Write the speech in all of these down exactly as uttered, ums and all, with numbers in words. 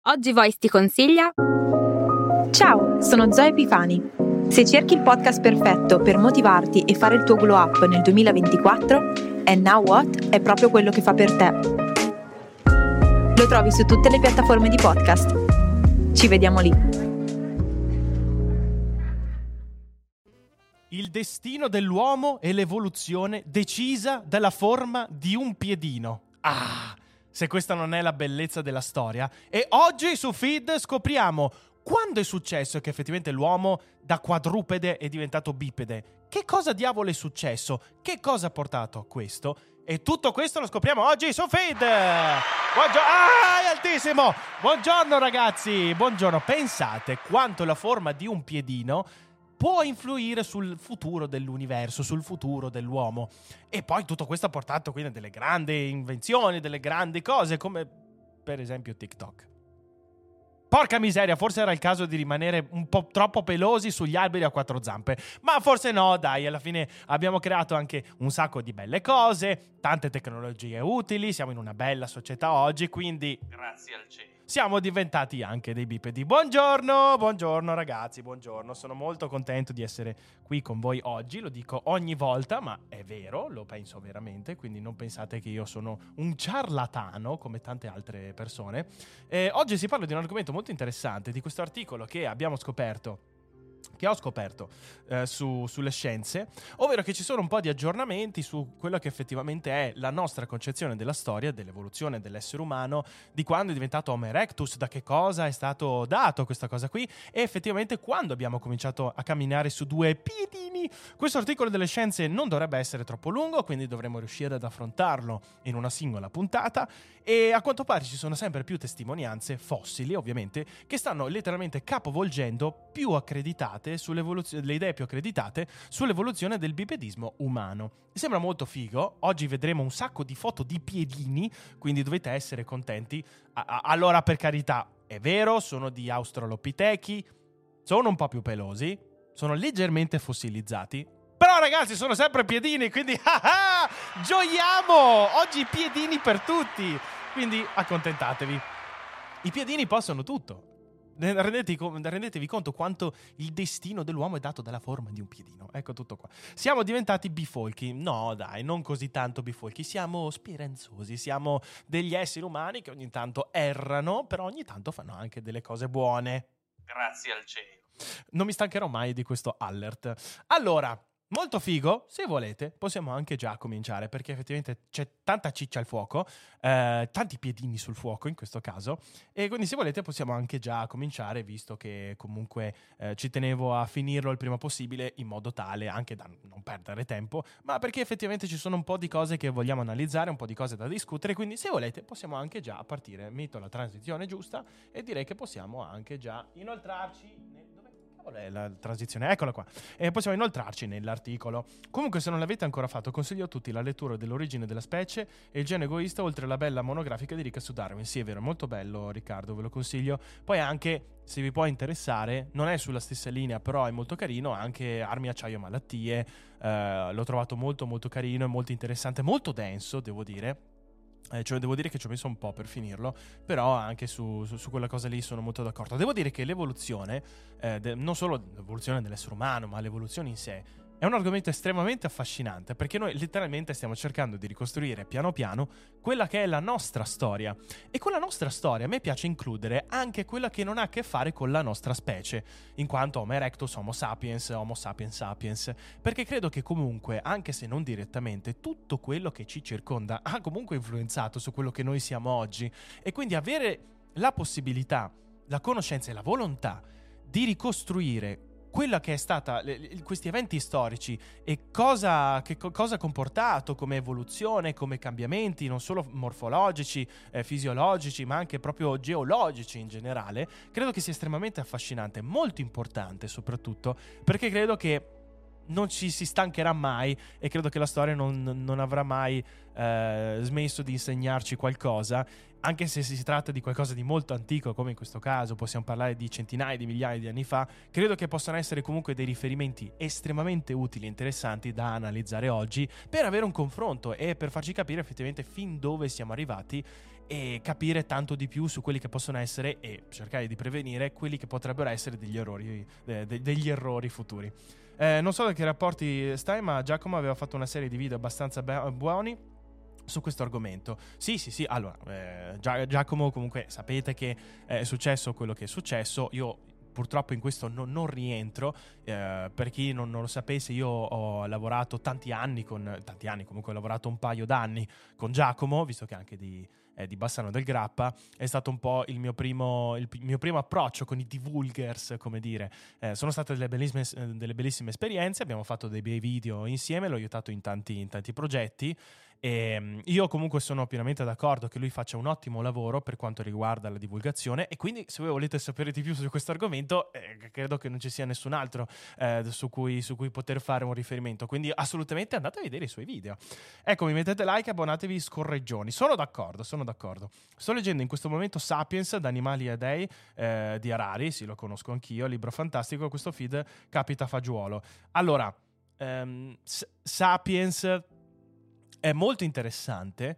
Oggi Voice ti consiglia... Ciao, sono Zoe Epifani. Se cerchi il podcast perfetto per motivarti e fare il tuo glow up nel duemilaventiquattro, And Now What è proprio quello che fa per te. Lo trovi su tutte le piattaforme di podcast. Ci vediamo lì. Il destino dell'uomo e l'evoluzione decisa dalla forma di un piedino. Ah, se questa non è la bellezza della storia. E oggi su Feed scopriamo quando è successo che effettivamente l'uomo da quadrupede è diventato bipede. Che cosa diavolo è successo? Che cosa ha portato a questo? E tutto questo lo scopriamo oggi su Feed. Buongiorno. Ah, è altissimo. Buongiorno ragazzi. Buongiorno. Pensate quanto la forma di un piedino può influire sul futuro dell'universo, sul futuro dell'uomo. E poi tutto questo ha portato quindi a delle grandi invenzioni, delle grandi cose, come per esempio TikTok. Porca miseria, forse era il caso di rimanere un po' troppo pelosi sugli alberi a quattro zampe. Ma forse no, dai, alla fine abbiamo creato anche un sacco di belle cose, tante tecnologie utili, siamo in una bella società oggi, quindi grazie al cielo siamo diventati anche dei bipedi. Buongiorno, buongiorno ragazzi, buongiorno. Sono molto contento di essere qui con voi oggi, lo dico ogni volta, ma è vero, lo penso veramente, quindi non pensate che io sono un ciarlatano come tante altre persone. Eh, oggi si parla di un argomento molto interessante, di questo articolo che abbiamo scoperto che ho scoperto eh, su, sulle scienze, ovvero che ci sono un po' di aggiornamenti su quello che effettivamente è la nostra concezione della storia, dell'evoluzione dell'essere umano, di quando è diventato Homo erectus, da che cosa è stato dato questa cosa qui e effettivamente quando abbiamo cominciato a camminare su due piedini. Questo articolo delle scienze non dovrebbe essere troppo lungo, quindi dovremo riuscire ad affrontarlo in una singola puntata e a quanto pare ci sono sempre più testimonianze fossili, ovviamente, che stanno letteralmente capovolgendo più accreditate sull'evoluzione, le idee più accreditate sull'evoluzione del bipedismo umano. Mi sembra molto figo. Oggi vedremo un sacco di foto di piedini, quindi dovete essere contenti. A- a- allora, per carità, è vero, sono di Australopitechi, sono un po' più pelosi, sono leggermente fossilizzati, però ragazzi sono sempre piedini, quindi ah ah, gioiamo! Oggi piedini per tutti, quindi accontentatevi. I piedini possono tutto. Rendetevi, rendetevi conto quanto il destino dell'uomo è dato dalla forma di un piedino. Ecco tutto qua. Siamo diventati bifolchi. No dai, non così tanto bifolchi. Siamo speranzosi. Siamo degli esseri umani che ogni tanto errano, però ogni tanto fanno anche delle cose buone. Grazie al cielo. Non mi stancherò mai di questo alert. Allora, molto figo, se volete possiamo anche già cominciare, perché effettivamente c'è tanta ciccia al fuoco, eh, tanti piedini sul fuoco in questo caso, e quindi se volete possiamo anche già cominciare, visto che comunque eh, ci tenevo a finirlo il prima possibile, in modo tale anche da non perdere tempo, ma perché effettivamente ci sono un po' di cose che vogliamo analizzare, un po' di cose da discutere, quindi se volete possiamo anche già partire, metto la transizione giusta e direi che possiamo anche già inoltrarci nel... è la transizione, eccola qua, e possiamo inoltrarci nell'articolo. Comunque, se non l'avete ancora fatto, consiglio a tutti la lettura dell'origine della specie e il gene egoista, oltre alla bella monografica di Rick su Darwin. Sì, è vero, è molto bello, Riccardo, ve lo consiglio. Poi anche, se vi può interessare, non è sulla stessa linea, però è molto carino, anche Armi, Acciaio, Malattie, eh, l'ho trovato molto molto carino, è molto interessante, molto denso, devo dire. Eh, cioè devo dire che ci ho messo un po' per finirlo, però anche su, su, su quella cosa lì sono molto d'accordo. Devo dire che l'evoluzione, eh, de- non solo l'evoluzione dell'essere umano, ma l'evoluzione in sé, è un argomento estremamente affascinante, perché noi letteralmente stiamo cercando di ricostruire piano piano quella che è la nostra storia. E con la nostra storia a me piace includere anche quella che non ha a che fare con la nostra specie, in quanto Homo erectus, Homo sapiens, Homo sapiens sapiens, perché credo che comunque, anche se non direttamente, tutto quello che ci circonda ha comunque influenzato su quello che noi siamo oggi. E quindi avere la possibilità, la conoscenza e la volontà di ricostruire quella che è stata le, questi eventi storici e cosa, che, cosa ha comportato come evoluzione, come cambiamenti non solo morfologici, eh, fisiologici, ma anche proprio geologici in generale, credo che sia estremamente affascinante, molto importante soprattutto, perché credo che non ci si stancherà mai e credo che la storia non, non avrà mai eh, smesso di insegnarci qualcosa, anche se si tratta di qualcosa di molto antico, come in questo caso possiamo parlare di centinaia di migliaia di anni fa. Credo che possano essere comunque dei riferimenti estremamente utili e interessanti da analizzare oggi per avere un confronto e per farci capire effettivamente fin dove siamo arrivati e capire tanto di più su quelli che possono essere e cercare di prevenire quelli che potrebbero essere degli errori, de- de- degli errori futuri. Eh, non so da che rapporti stai, ma Giacomo aveva fatto una serie di video abbastanza be- buoni su questo argomento. Sì, sì, sì. Allora, eh, Gia- Giacomo, comunque sapete che è successo quello che è successo. Io purtroppo in questo non, non rientro. Eh, per chi non, non lo sapesse, io ho lavorato tanti anni con tanti anni, comunque ho lavorato un paio d'anni con Giacomo, visto che anche di Eh, di Bassano del Grappa. È stato un po' il mio primo, il p- mio primo approccio con i divulgers, come dire. Eh, sono state delle bellissime, delle bellissime esperienze, abbiamo fatto dei bei video insieme, l'ho aiutato in tanti, in tanti progetti. E io comunque sono pienamente d'accordo che lui faccia un ottimo lavoro per quanto riguarda la divulgazione, e quindi se voi volete sapere di più su questo argomento, eh, credo che non ci sia nessun altro eh, su, cui, su cui poter fare un riferimento, quindi assolutamente andate a vedere i suoi video. Ecco, mi mettete like, abbonatevi, scorreggioni. Sono d'accordo, sono d'accordo. Sto leggendo in questo momento Sapiens, da Animali e Dei, eh, di Harari, sì, lo conosco anch'io, libro fantastico. Questo feed capita fagiolo. Allora, ehm, S- Sapiens è molto interessante,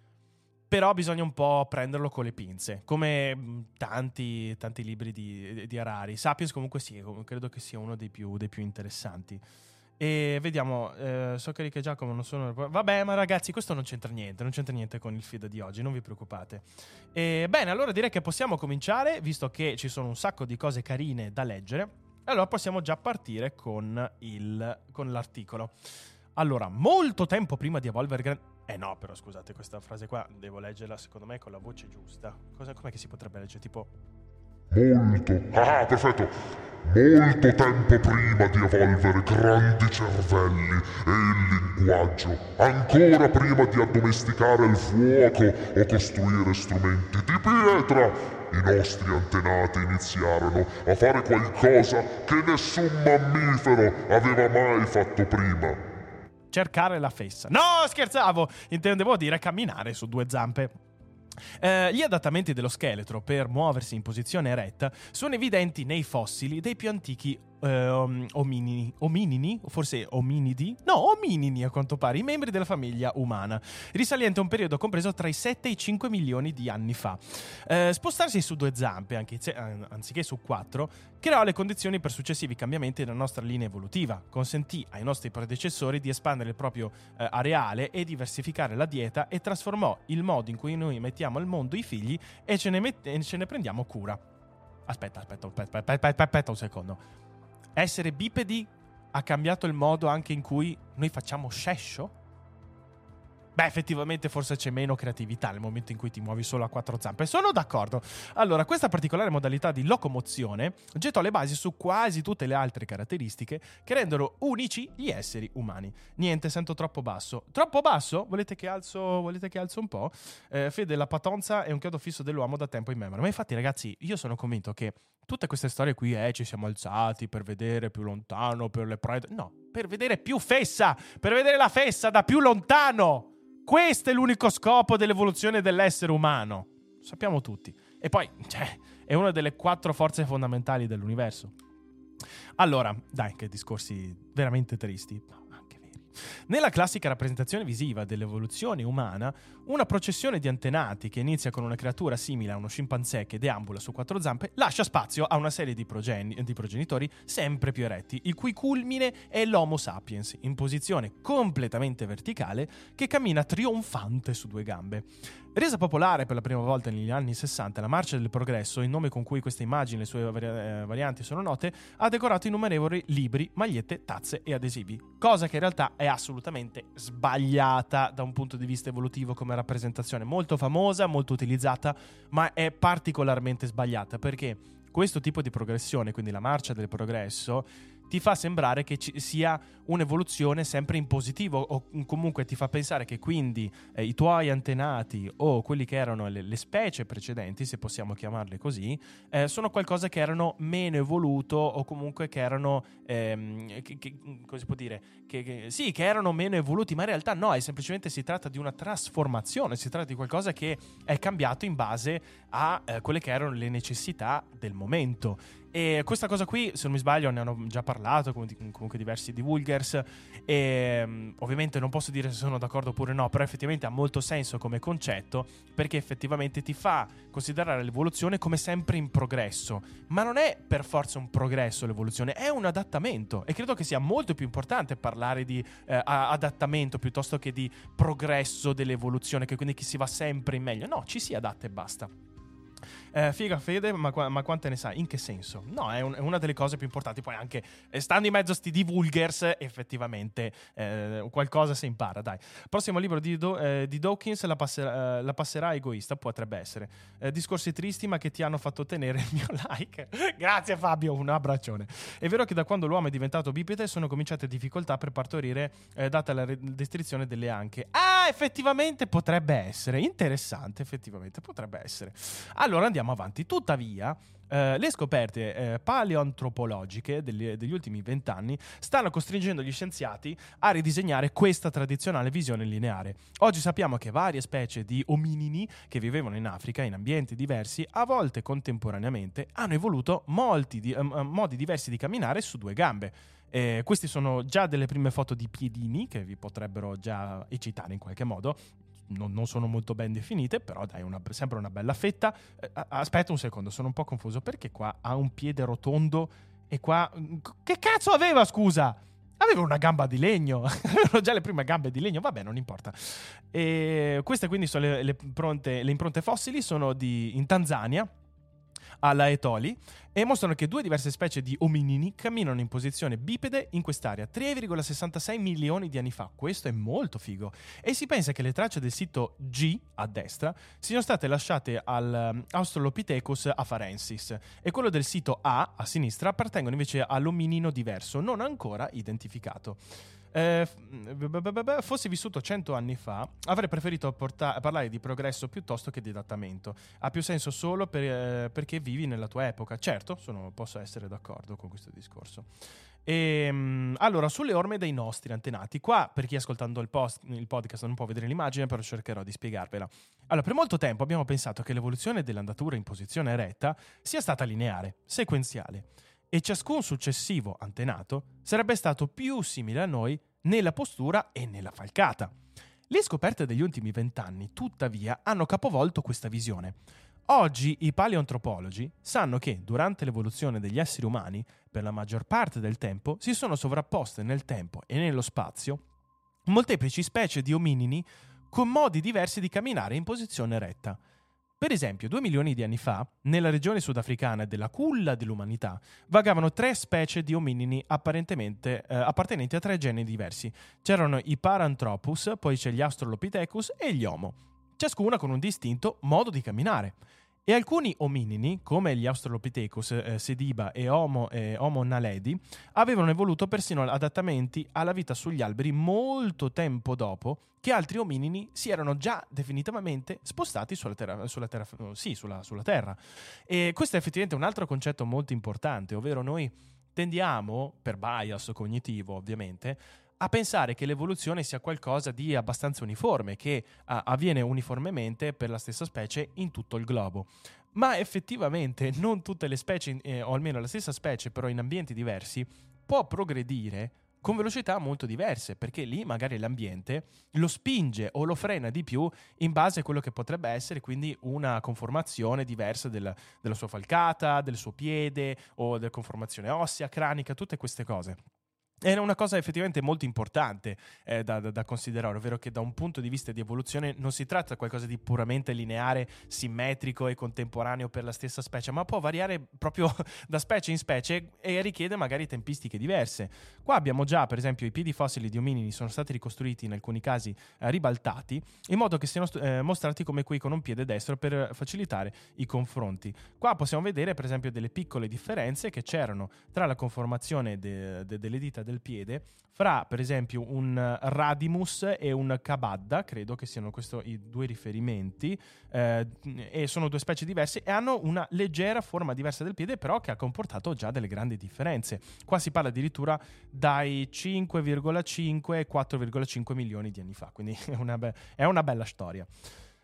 però bisogna un po' prenderlo con le pinze, come mh, tanti, tanti libri di, di Harari. Sapiens comunque sì, credo che sia uno dei più, dei più interessanti. E vediamo, eh, so che Rick e Giacomo non sono... Vabbè, ma ragazzi, questo non c'entra niente, non c'entra niente con il feed di oggi, non vi preoccupate. E, bene, allora direi che possiamo cominciare, visto che ci sono un sacco di cose carine da leggere. Allora possiamo già partire con, il, con l'articolo. Allora, molto tempo prima di Evolver Grand... Eh no, però scusate, questa frase qua devo leggerla secondo me con la voce giusta. Cosa, com'è che si potrebbe leggere? Tipo... Molto, ah, perfetto. Molto tempo prima di evolvere grandi cervelli e il linguaggio, ancora prima di addomesticare il fuoco o costruire strumenti di pietra, i nostri antenati iniziarono a fare qualcosa che nessun mammifero aveva mai fatto prima. Cercare la fessa. No, scherzavo! Intendevo dire camminare su due zampe. Eh, gli adattamenti dello scheletro per muoversi in posizione eretta sono evidenti nei fossili dei più antichi eh, ominini, ominini, o forse ominidi? No, ominini a quanto pare, i membri della famiglia umana, risalente a un periodo compreso tra i sette e i cinque milioni di anni fa. Eh, spostarsi su due zampe, anche, anziché su quattro, creò le condizioni per successivi cambiamenti nella nostra linea evolutiva, consentì ai nostri predecessori di espandere il proprio eh, areale e diversificare la dieta, e trasformò il modo in cui noi mettiamo al mondo i figli e ce ne, met- e ce ne prendiamo cura. Aspetta, aspetta, aspetta, aspetta, aspetta, aspetta un secondo. Essere bipedi ha cambiato il modo anche in cui noi facciamo scesso? Beh, effettivamente forse c'è meno creatività nel momento in cui ti muovi solo a quattro zampe. Sono d'accordo. Allora, questa particolare modalità di locomozione gettò le basi su quasi tutte le altre caratteristiche che rendono unici gli esseri umani. Niente, sento troppo basso. Troppo basso? Volete che alzo, volete che alzo un po'? Eh, Fede, la patonza è un chiodo fisso dell'uomo da tempo in memoria. Ma infatti, ragazzi, io sono convinto che tutte queste storie qui, eh, ci siamo alzati per vedere più lontano, per le prede... No, per vedere più fessa! Per vedere la fessa da più lontano! Questo è l'unico scopo dell'evoluzione dell'essere umano. Lo sappiamo tutti. E poi, cioè, è una delle quattro forze fondamentali dell'universo. Allora, dai, che discorsi veramente tristi. No, anche veri. Nella classica rappresentazione visiva dell'evoluzione umana, una processione di antenati che inizia con una creatura simile a uno scimpanzé che deambula su quattro zampe lascia spazio a una serie di, progeni- di progenitori sempre più eretti, il cui culmine è l'Homo sapiens, in posizione completamente verticale che cammina trionfante su due gambe. Resa popolare per la prima volta negli anni sessanta, la Marcia del Progresso, il nome con cui queste immagini e le sue vari- eh, varianti sono note, ha decorato innumerevoli libri, magliette, tazze e adesivi, cosa che in realtà è assolutamente sbagliata da un punto di vista evolutivo come rappresentazione, molto famosa, molto utilizzata, ma è particolarmente sbagliata perché questo tipo di progressione, quindi la marcia del progresso, ti fa sembrare che ci sia un'evoluzione sempre in positivo, o comunque ti fa pensare che quindi eh, i tuoi antenati o quelli che erano le, le specie precedenti, se possiamo chiamarle così, eh, sono qualcosa che erano meno evoluto, o comunque che erano ehm, che, che, come si può dire che, che, sì, che erano meno evoluti, ma in realtà no, è semplicemente si tratta di una trasformazione, si tratta di qualcosa che è cambiato in base a eh, quelle che erano le necessità del momento. E questa cosa qui, se non mi sbaglio, ne hanno già parlato parlato, comunque diversi divulgers, e um, ovviamente non posso dire se sono d'accordo oppure no, però effettivamente ha molto senso come concetto, perché effettivamente ti fa considerare l'evoluzione come sempre in progresso, ma non è per forza un progresso l'evoluzione, è un adattamento, e credo che sia molto più importante parlare di eh, adattamento piuttosto che di progresso dell'evoluzione, che quindi che si va sempre in meglio. No, ci si adatta e basta. Eh, figa Fede, ma, qu- ma quante ne sai? In che senso? No, è, un- è una delle cose più importanti. Poi anche eh, stando in mezzo a sti divulgers, effettivamente eh, qualcosa si impara, dai. Prossimo libro di, Do- eh, di Dawkins, la, passer- eh, la passerà egoista, potrebbe essere. Eh, discorsi tristi ma che ti hanno fatto ottenere il mio like. Grazie Fabio, un abbraccione. È vero che da quando l'uomo è diventato bipede sono cominciate difficoltà per partorire, eh, data la restrizione delle anche. Ah, effettivamente potrebbe essere. Interessante, effettivamente potrebbe essere. Allora andiamo avanti. Tuttavia, eh, le scoperte eh, paleoantropologiche degli, degli ultimi vent'anni stanno costringendo gli scienziati a ridisegnare questa tradizionale visione lineare. Oggi sappiamo che varie specie di ominini che vivevano in Africa in ambienti diversi, a volte contemporaneamente, hanno evoluto molti di, eh, modi diversi di camminare su due gambe. Eh, questi sono già delle prime foto di piedini che vi potrebbero già eccitare in qualche modo. Non, non sono molto ben definite, però dai, una, sempre una bella fetta. Eh, aspetta un secondo, sono un po' confuso, perché qua ha un piede rotondo e qua... Che cazzo aveva, scusa? Aveva una gamba di legno. Avevano già le prime gambe di legno, vabbè, non importa. E queste quindi sono le, le, pronte, le impronte fossili, sono di, in Tanzania, alla Etoli, e mostrano che due diverse specie di ominini camminano in posizione bipede in quest'area tre virgola sessantasei milioni di anni fa. Questo è molto figo. E si pensa che le tracce del sito G, a destra, siano state lasciate all'Australopithecus afarensis, e quello del sito A, a sinistra, appartengono invece all'ominino diverso, non ancora identificato. Eh, fossi vissuto cento anni fa, avrei preferito porta- parlare di progresso piuttosto che di adattamento. Ha più senso solo per, eh, perché vivi nella tua epoca. Certo, sono, posso essere d'accordo con questo discorso. E, mh, allora, sulle orme dei nostri antenati, qua per chi ascoltando il, post, il podcast non può vedere l'immagine, però cercherò di spiegarvela. Allora, per molto tempo abbiamo pensato che l'evoluzione dell'andatura in posizione eretta sia stata lineare, sequenziale, e ciascun successivo antenato sarebbe stato più simile a noi nella postura e nella falcata. Le scoperte degli ultimi vent'anni, tuttavia, hanno capovolto questa visione. Oggi i paleoantropologi sanno che, durante l'evoluzione degli esseri umani, per la maggior parte del tempo, si sono sovrapposte nel tempo e nello spazio molteplici specie di ominini con modi diversi di camminare in posizione eretta. Per esempio, due milioni di anni fa, nella regione sudafricana della culla dell'umanità, vagavano tre specie di ominini apparentemente eh, appartenenti a tre generi diversi. C'erano i Paranthropus, poi c'è gli Australopithecus e gli Homo, ciascuna con un distinto modo di camminare. E alcuni ominini, come gli Australopithecus, eh, Sediba e Homo, eh, Homo naledi, avevano evoluto persino adattamenti alla vita sugli alberi molto tempo dopo che altri ominini si erano già definitivamente spostati sulla terra, sulla terra, sì, sulla, sulla terra. E questo è effettivamente un altro concetto molto importante, ovvero noi tendiamo, per bias cognitivo ovviamente, a pensare che l'evoluzione sia qualcosa di abbastanza uniforme, che uh, avviene uniformemente per la stessa specie in tutto il globo. Ma effettivamente non tutte le specie, eh, o almeno la stessa specie, però in ambienti diversi, può progredire con velocità molto diverse, perché lì magari l'ambiente lo spinge o lo frena di più in base a quello che potrebbe essere quindi una conformazione diversa del, della sua falcata, del suo piede o della conformazione ossea, cranica, tutte queste cose. È una cosa effettivamente molto importante eh, da, da, da considerare, ovvero che da un punto di vista di evoluzione non si tratta di qualcosa di puramente lineare, simmetrico e contemporaneo per la stessa specie, ma può variare proprio da specie in specie e richiede magari tempistiche diverse. Qua abbiamo già, per esempio, i piedi fossili di ominidi sono stati ricostruiti in alcuni casi eh, ribaltati, in modo che siano eh, mostrati come qui con un piede destro per facilitare i confronti. Qua possiamo vedere, per esempio, delle piccole differenze che c'erano tra la conformazione de, de, delle dita del piede fra, per esempio, un radimus e un cabadda, credo che siano questi i due riferimenti, eh, e sono due specie diverse e hanno una leggera forma diversa del piede, però che ha comportato già delle grandi differenze. Qua si parla addirittura dai cinque virgola cinque e quattro virgola cinque milioni di anni fa, quindi è una, be- è una bella storia.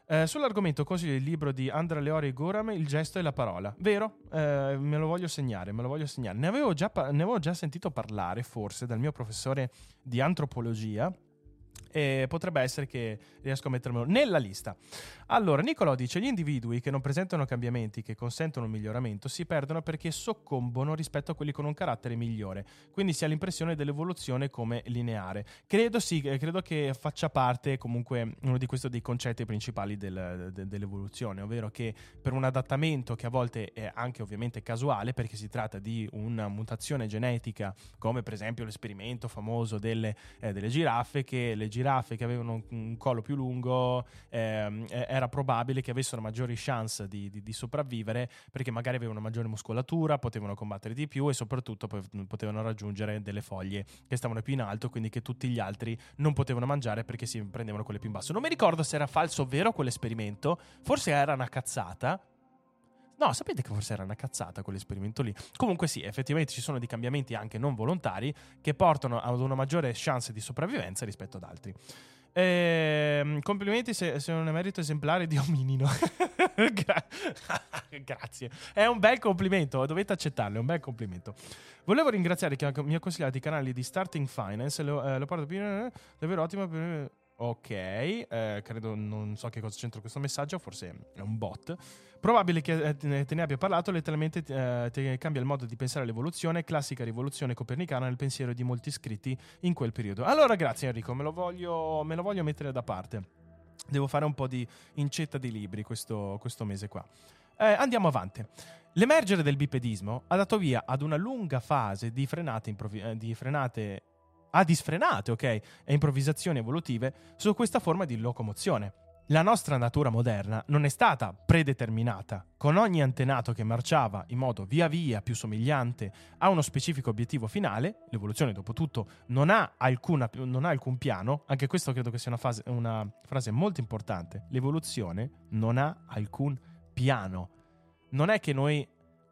Eh, sull'argomento consiglio il libro di Andrea Leori e Gorham, Il gesto e la parola. Vero? Eh, me lo voglio segnare, me lo voglio segnare. Ne avevo già, ne avevo già sentito parlare, forse, dal mio professore di antropologia, e potrebbe essere che riesco a mettermelo nella lista. Allora, Nicolò dice: gli individui che non presentano cambiamenti che consentono un miglioramento si perdono perché soccombono rispetto a quelli con un carattere migliore, quindi si ha l'impressione dell'evoluzione come lineare. Credo sì, credo che faccia parte comunque uno di questi dei concetti principali del, de, dell'evoluzione, ovvero che per un adattamento che a volte è anche ovviamente casuale, perché si tratta di una mutazione genetica, come per esempio l'esperimento famoso delle, eh, delle giraffe, che le giraffe che avevano un collo più lungo ehm, era probabile che avessero maggiori chance di, di, di sopravvivere, perché magari avevano maggiore muscolatura, potevano combattere di più e soprattutto potevano raggiungere delle foglie che stavano più in alto, quindi che tutti gli altri non potevano mangiare perché si prendevano quelle più in basso. Non mi ricordo se era falso o vero quell'esperimento, forse era una cazzata. No, sapete che forse era una cazzata quell'esperimento lì. Comunque sì, effettivamente ci sono dei cambiamenti anche non volontari che portano ad una maggiore chance di sopravvivenza rispetto ad altri. Ehm, complimenti se, se è un emerito esemplare di ominino. Gra- Grazie. È un bel complimento, dovete accettarlo, è un bel complimento. Volevo ringraziare chi mi ha consigliato i canali di Starting Finance, lo, eh, lo parlo più, eh, davvero ottimo per... Ok, eh, credo, non so che cosa c'entra questo messaggio, forse è un bot. Probabile che te ne abbia parlato, letteralmente eh, te cambia il modo di pensare all'evoluzione, classica rivoluzione copernicana nel pensiero di molti iscritti in quel periodo. Allora, grazie Enrico, me lo voglio, me lo voglio mettere da parte. Devo fare un po' di incetta di libri questo, questo mese qua. Eh, andiamo avanti. L'emergere del bipedismo ha dato via ad una lunga fase di frenate, improvi- eh, di frenate a disfrenate, ok, e improvvisazioni evolutive su questa forma di locomozione. La nostra natura moderna non è stata predeterminata, con ogni antenato che marciava in modo via via più somigliante a uno specifico obiettivo finale. L'evoluzione, dopo tutto, non ha, alcuna, non ha alcun piano. Anche questo credo che sia una, fase, una frase molto importante. L'evoluzione non ha alcun piano. Non è che noi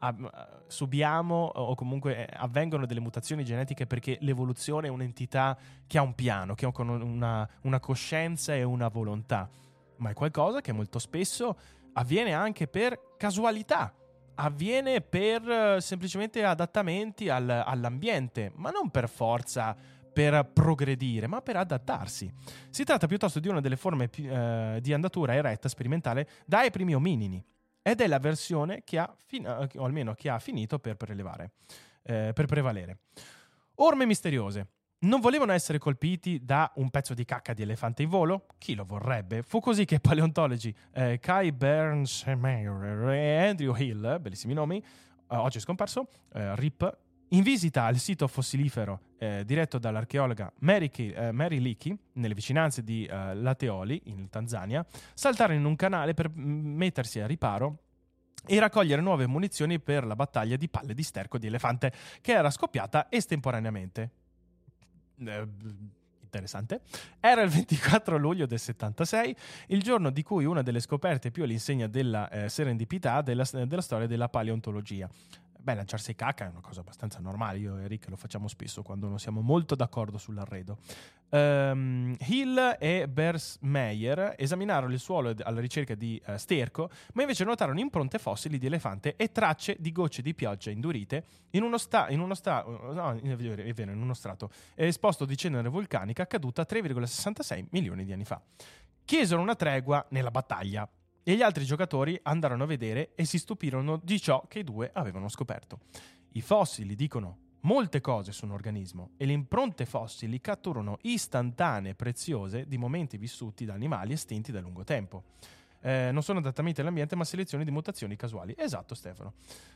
subiamo o comunque avvengono delle mutazioni genetiche perché l'evoluzione è un'entità che ha un piano, che ha una, una coscienza e una volontà, ma è qualcosa che molto spesso avviene anche per casualità, avviene per semplicemente adattamenti al, all'ambiente, ma non per forza per progredire, ma per adattarsi. Si tratta piuttosto di una delle forme eh, di andatura eretta sperimentale dai primi ominidi, ed è la versione che ha, fin- o almeno che ha finito per prelevare, eh, per prevalere. Orme misteriose. Non volevano essere colpiti da un pezzo di cacca di elefante in volo? Chi lo vorrebbe? Fu così che paleontologi eh, Kai Bernsheimer e Andrew Hill, bellissimi nomi, eh, oggi è scomparso, eh, R I P, in visita al sito fossilifero eh, diretto dall'archeologa Mary, eh, Mary Leakey, nelle vicinanze di eh, Lateoli, in Tanzania, saltarono in un canale per m- mettersi a riparo e raccogliere nuove munizioni per la battaglia di palle di sterco di elefante che era scoppiata estemporaneamente. Eh, interessante. Era il ventiquattro luglio del settantasei, il giorno di cui una delle scoperte più all'insegna della eh, serendipità della, della storia della paleontologia. Beh, lanciarsi cacca è una cosa abbastanza normale, io e Rick lo facciamo spesso quando non siamo molto d'accordo sull'arredo. Um, Hill e Bersmeyer esaminarono il suolo alla ricerca di uh, sterco, ma invece notarono impronte fossili di elefante e tracce di gocce di pioggia indurite in uno, sta- in uno, sta- no, è vero, in uno strato esposto di cenere vulcanica accaduta tre virgola sessantasei milioni di anni fa. Chiesero una tregua nella battaglia e gli altri giocatori andarono a vedere e si stupirono di ciò che i due avevano scoperto. I fossili dicono molte cose su un organismo e le impronte fossili catturano istantanee preziose di momenti vissuti da animali estinti da lungo tempo. Eh, non sono adattamenti all'ambiente ma selezioni di mutazioni casuali. Esatto, Stefano.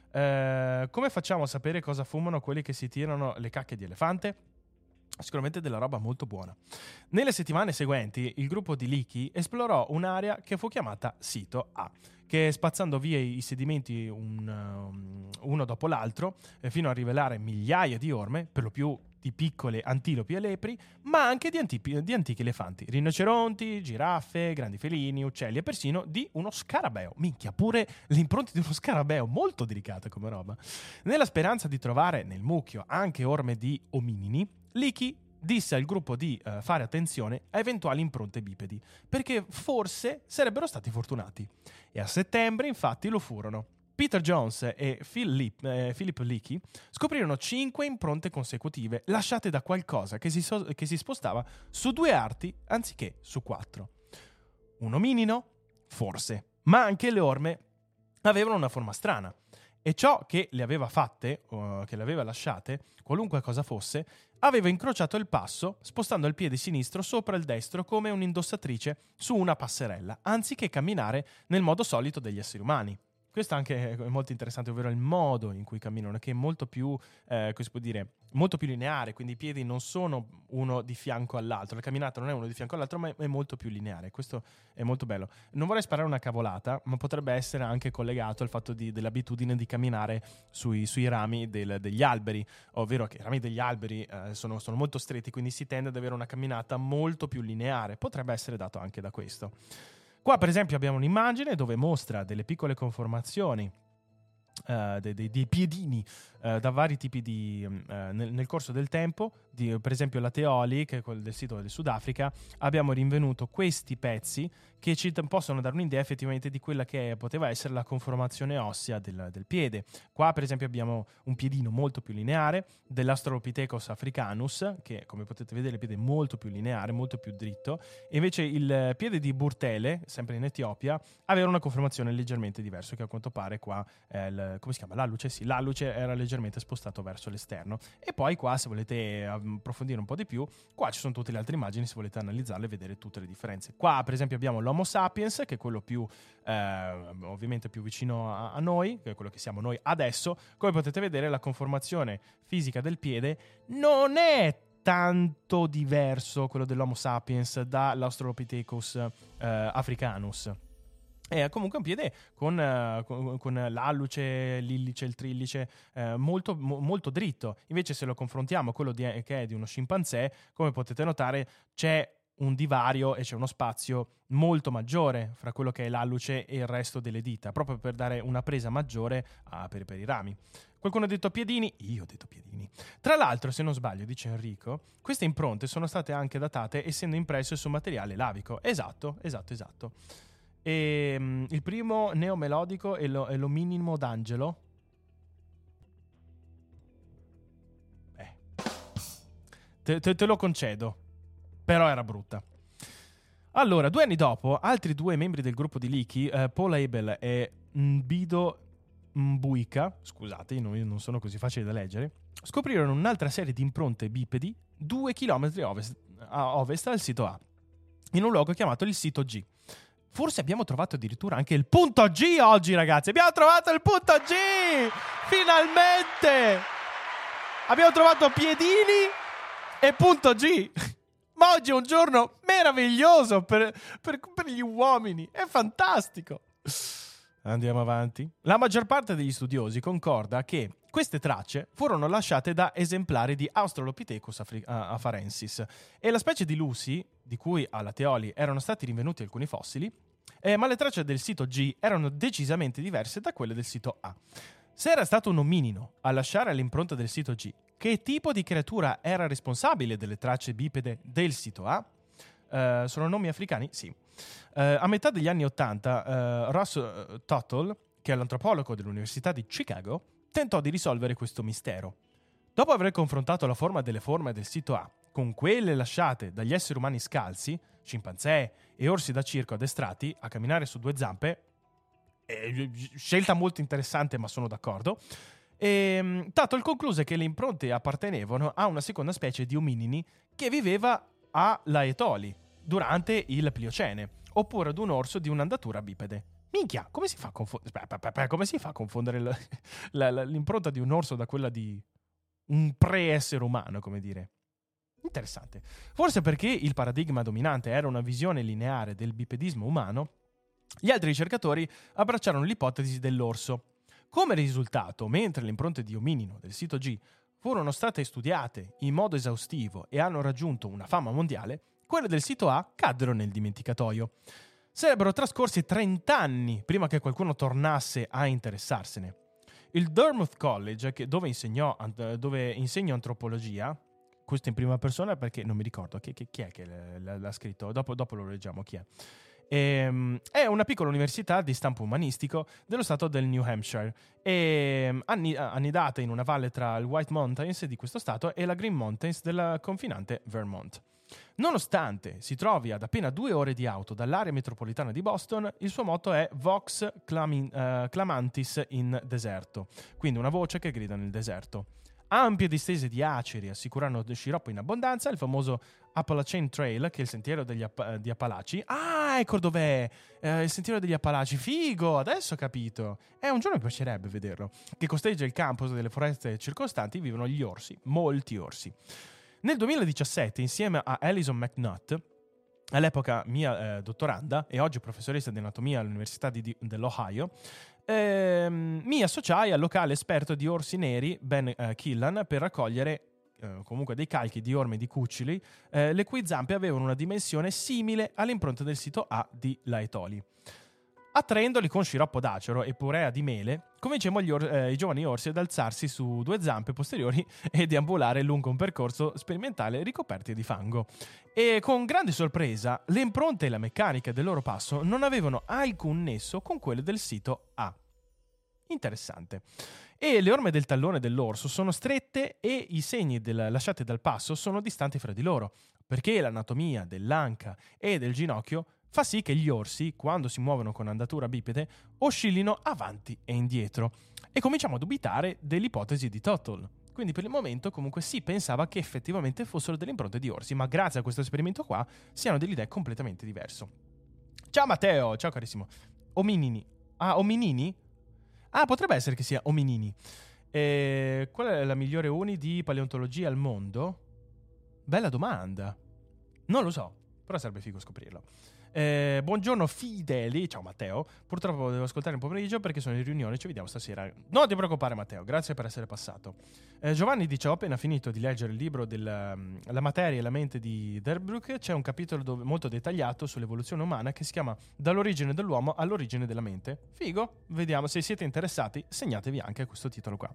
Eh, come facciamo a sapere cosa fumano quelli che si tirano le cacche di elefante? Sicuramente della roba molto buona. Nelle settimane seguenti il gruppo di Leakey esplorò un'area che fu chiamata Sito A, che spazzando via i sedimenti un, um, uno dopo l'altro eh, fino a rivelare migliaia di orme, per lo più di piccole antilopi e lepri, ma anche di, antipi, di antichi elefanti, rinoceronti, giraffe, grandi felini, uccelli e persino di uno scarabeo. Minchia, pure le impronte di uno scarabeo, molto delicata come roba. Nella speranza di trovare nel mucchio anche orme di ominidi, Leakey disse al gruppo di uh, fare attenzione a eventuali impronte bipedi, perché forse sarebbero stati fortunati. E a settembre, infatti, lo furono. Peter Jones e Philip, eh, Philip Leakey scoprirono cinque impronte consecutive lasciate da qualcosa che si, so- che si spostava su due arti anziché su quattro. Un ominino? Forse. Ma anche le orme avevano una forma strana. E ciò che le aveva fatte, o che le aveva lasciate, qualunque cosa fosse, aveva incrociato il passo, spostando il piede sinistro sopra il destro come un'indossatrice su una passerella, anziché camminare nel modo solito degli esseri umani. Questo anche è molto interessante, ovvero il modo in cui camminano, che è molto più, eh, come si può dire, molto più lineare, quindi i piedi non sono uno di fianco all'altro, la camminata non è uno di fianco all'altro, ma è molto più lineare. Questo è molto bello. Non vorrei sparare una cavolata, ma potrebbe essere anche collegato al fatto di, dell'abitudine di camminare sui, sui rami del, degli alberi, ovvero che i rami degli alberi eh, sono, sono molto stretti, quindi si tende ad avere una camminata molto più lineare. Potrebbe essere dato anche da questo. Qua per esempio abbiamo un'immagine dove mostra delle piccole conformazioni uh, dei, dei, dei piedini uh, da vari tipi di uh, nel, nel corso del tempo, di, per esempio la Teoli, che è quel del sito del Sudafrica. Abbiamo rinvenuto questi pezzi che ci t- possono dare un'idea effettivamente di quella che poteva essere la conformazione ossea del, del piede. Qua per esempio abbiamo un piedino molto più lineare dell'Australopithecus africanus, che come potete vedere il piede è molto più lineare, molto più dritto, e invece il piede di Burtele, sempre in Etiopia, aveva una conformazione leggermente diversa, che a quanto pare qua eh, il, come si chiama? L'alluce? Sì, l'alluce era leggermente spostato verso l'esterno. E poi qua, se volete approfondire un po' di più, qua ci sono tutte le altre immagini se volete analizzarle e vedere tutte le differenze. Qua per esempio abbiamo l'Homo sapiens, che è quello più eh, ovviamente più vicino a, a noi, che è quello che siamo noi adesso. Come potete vedere, la conformazione fisica del piede non è tanto diverso quello dell'Homo sapiens dall'Australopithecus eh, africanus. È comunque un piede con, uh, con, con l'alluce, l'illice, il trillice uh, molto, mo, molto dritto. Invece se lo confrontiamo a quello di, che è di uno scimpanzé, come potete notare c'è un divario e c'è uno spazio molto maggiore fra quello che è l'alluce e il resto delle dita, proprio per dare una presa maggiore a, per, per i rami. Qualcuno ha detto piedini? Io ho detto piedini. Tra l'altro, se non sbaglio, dice Enrico, queste impronte sono state anche datate essendo impresse su materiale lavico. Esatto, esatto, esatto. E, um, il primo neomelodico è, lo, è l'ominimo d'Angelo. Eh. Te, te, te lo concedo, però era brutta. Allora, due anni dopo, altri due membri del gruppo di Leakey, eh, Paul Abel e Mbido Mbuika, scusate, io non, io non sono così facili da leggere, scoprirono un'altra serie di impronte bipedi due chilometri ovest, a ovest dal sito A, in un luogo chiamato il sito G. Forse abbiamo trovato addirittura anche il punto G oggi, ragazzi. Abbiamo trovato il punto G! Finalmente! Abbiamo trovato piedini e punto G. Ma oggi è un giorno meraviglioso per, per, per gli uomini. È fantastico. Andiamo avanti. La maggior parte degli studiosi concorda che queste tracce furono lasciate da esemplari di Australopithecus afri- afarensis e la specie di Lucy, di cui alla Teoli erano stati rinvenuti alcuni fossili, eh, ma le tracce del sito G erano decisamente diverse da quelle del sito A. Se era stato un ominino a lasciare l'impronta del sito G, che tipo di creatura era responsabile delle tracce bipede del sito A? Uh, sono nomi africani? Sì. Uh, a metà degli anni ottanta, uh, Ross uh, Tuttle, che è l'antropologo dell'Università di Chicago, tentò di risolvere questo mistero. Dopo aver confrontato la forma delle forme del sito A con quelle lasciate dagli esseri umani scalzi, scimpanzé e orsi da circo addestrati a camminare su due zampe, eh, scelta molto interessante, ma sono d'accordo, e Tuttle concluse che le impronte appartenevano a una seconda specie di ominini che viveva a Laetoli durante il Pliocene, oppure ad un orso di un'andatura bipede. Minchia, come si fa a, confo- come si fa a confondere l- la, la, l'impronta di un orso da quella di un pre-essere umano, come dire? Interessante. Forse perché il paradigma dominante era una visione lineare del bipedismo umano, gli altri ricercatori abbracciarono l'ipotesi dell'orso. Come risultato, mentre le impronte di ominino del sito G furono state studiate in modo esaustivo e hanno raggiunto una fama mondiale, quelle del sito A caddero nel dimenticatoio. Sarebbero trascorsi trent'anni prima che qualcuno tornasse a interessarsene. Il Dartmouth College, che dove, insegnò, dove insegno antropologia, questo in prima persona perché non mi ricordo chi, chi, chi è che l'ha, l'ha scritto, dopo, dopo lo leggiamo chi è. E, è una piccola università di stampo umanistico dello stato del New Hampshire, e, annidata in una valle tra il White Mountains di questo stato e la Green Mountains della confinante Vermont. Nonostante si trovi ad appena due ore di auto dall'area metropolitana di Boston, il suo motto è Vox clamin, uh, Clamantis in deserto, quindi una voce che grida nel deserto. Ampie distese di aceri assicurano sciroppo in abbondanza, il famoso Appalachian Trail, che è il sentiero degli App- di Appalachi. Ah, ecco dov'è! Eh, il sentiero degli Appalachi, figo! Adesso ho capito! Eh, un giorno mi piacerebbe vederlo. Che costeggia il campus delle foreste circostanti, vivono gli orsi, molti orsi. Nel duemiladiciassette, insieme a Alison McNutt, all'epoca mia eh, dottoranda e oggi professoressa di anatomia all'Università di, di, dell'Ohio, ehm, mi associai al locale esperto di orsi neri Ben eh, Killan per raccogliere eh, comunque dei calchi di orme di cuccioli, eh, le cui zampe avevano una dimensione simile alle impronte del sito A di Laetoli. Attraendoli con sciroppo d'acero e purea di mele, convincemmo gli or- eh, i giovani orsi ad alzarsi su due zampe posteriori e deambulare lungo un percorso sperimentale ricoperti di fango. E con grande sorpresa, le impronte e la meccanica del loro passo non avevano alcun nesso con quelle del sito A. Interessante. E le orme del tallone dell'orso sono strette e i segni del, lasciati dal passo sono distanti fra di loro, perché l'anatomia dell'anca e del ginocchio fa sì che gli orsi, quando si muovono con andatura bipede, oscillino avanti e indietro. E cominciamo a dubitare dell'ipotesi di Tuttle. Quindi per il momento comunque si pensava che effettivamente fossero delle impronte di orsi, ma grazie a questo esperimento qua si hanno delle idee completamente diverse. Ciao Matteo, ciao carissimo. Ominini. Ah, ominini? Ah, potrebbe essere che sia ominini. E qual è la migliore uni di paleontologia al mondo? Bella domanda. Non lo so, però sarebbe figo scoprirlo. Eh, buongiorno fideli, ciao Matteo. Purtroppo devo ascoltare un pomeriggio perché sono in riunione, ci vediamo stasera. Non ti preoccupare Matteo, grazie per essere passato. eh, Giovanni dice: ho appena finito di leggere il libro della La materia e la mente di Delbruck. C'è un capitolo dove, molto dettagliato sull'evoluzione umana, che si chiama Dall'origine dell'uomo all'origine della mente. Figo, vediamo, se siete interessati segnatevi anche questo titolo qua.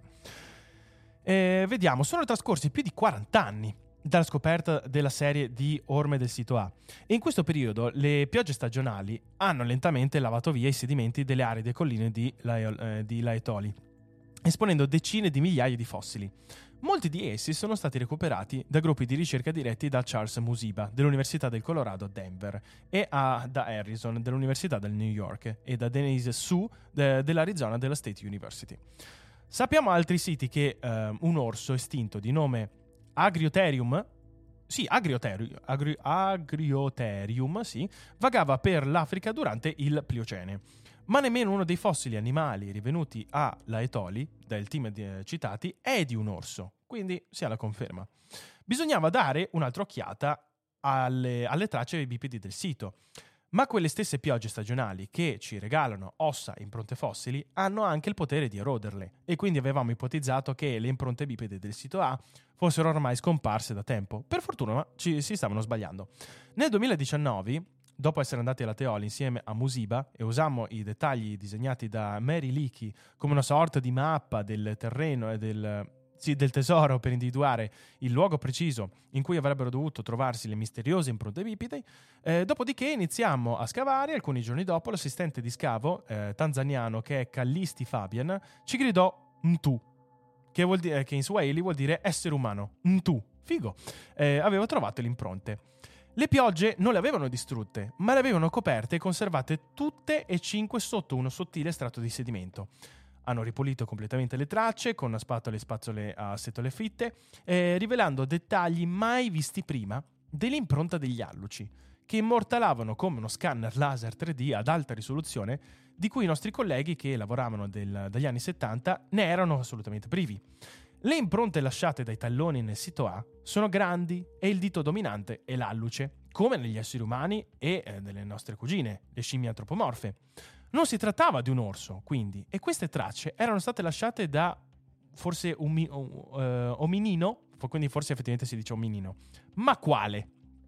eh, Vediamo, sono trascorsi più di quaranta anni dalla scoperta della serie di orme del sito A, e in questo periodo le piogge stagionali hanno lentamente lavato via i sedimenti delle aride colline di, Lae- eh, di Laetoli, esponendo decine di migliaia di fossili. Molti di essi sono stati recuperati da gruppi di ricerca diretti da Charles Musiba dell'Università del Colorado a Denver e a, da Harrison dell'Università del New York e da Denise Su de, dell'Arizona della State University. Sappiamo altri siti che eh, un orso estinto di nome Agriotherium, sì, Agriotherium, Agri, Agriotherium, sì, vagava per l'Africa durante il Pliocene. Ma nemmeno uno dei fossili animali rivenuti a Laetoli, dal team citati, è di un orso, quindi si ha la conferma. Bisognava dare un'altra occhiata alle, alle tracce bipedi del sito. Ma quelle stesse piogge stagionali che ci regalano ossa e impronte fossili hanno anche il potere di eroderle, e quindi avevamo ipotizzato che le impronte bipede del sito A fossero ormai scomparse da tempo. Per fortuna ci si stavano sbagliando. Nel duemiladiciannove, dopo essere andati alla Teoli insieme a Musiba e usammo i dettagli disegnati da Mary Leakey come una sorta di mappa del terreno e del... Sì, del tesoro per individuare il luogo preciso in cui avrebbero dovuto trovarsi le misteriose impronte bipedi. Eh, dopodiché iniziammo a scavare. Alcuni giorni dopo l'assistente di scavo eh, tanzaniano, che è Callisti Fabian, ci gridò Ntu, che, vuol dire, che in Swahili vuol dire essere umano. Ntu, figo. Eh, aveva trovato le impronte. Le piogge non le avevano distrutte, ma le avevano coperte e conservate tutte e cinque sotto uno sottile strato di sedimento. Hanno ripulito completamente le tracce con spatole e spazzole a setole fitte, eh, rivelando dettagli mai visti prima dell'impronta degli alluci, che immortalavano come uno scanner laser tre D ad alta risoluzione, di cui i nostri colleghi che lavoravano del, dagli anni settanta ne erano assolutamente privi. Le impronte lasciate dai talloni nel sito A sono grandi e il dito dominante è l'alluce, come negli esseri umani e eh, nelle nostre cugine, le scimmie antropomorfe. Non si trattava di un orso, quindi, e queste tracce erano state lasciate da forse un uh, ominino, quindi forse effettivamente si dice ominino. Ma quale?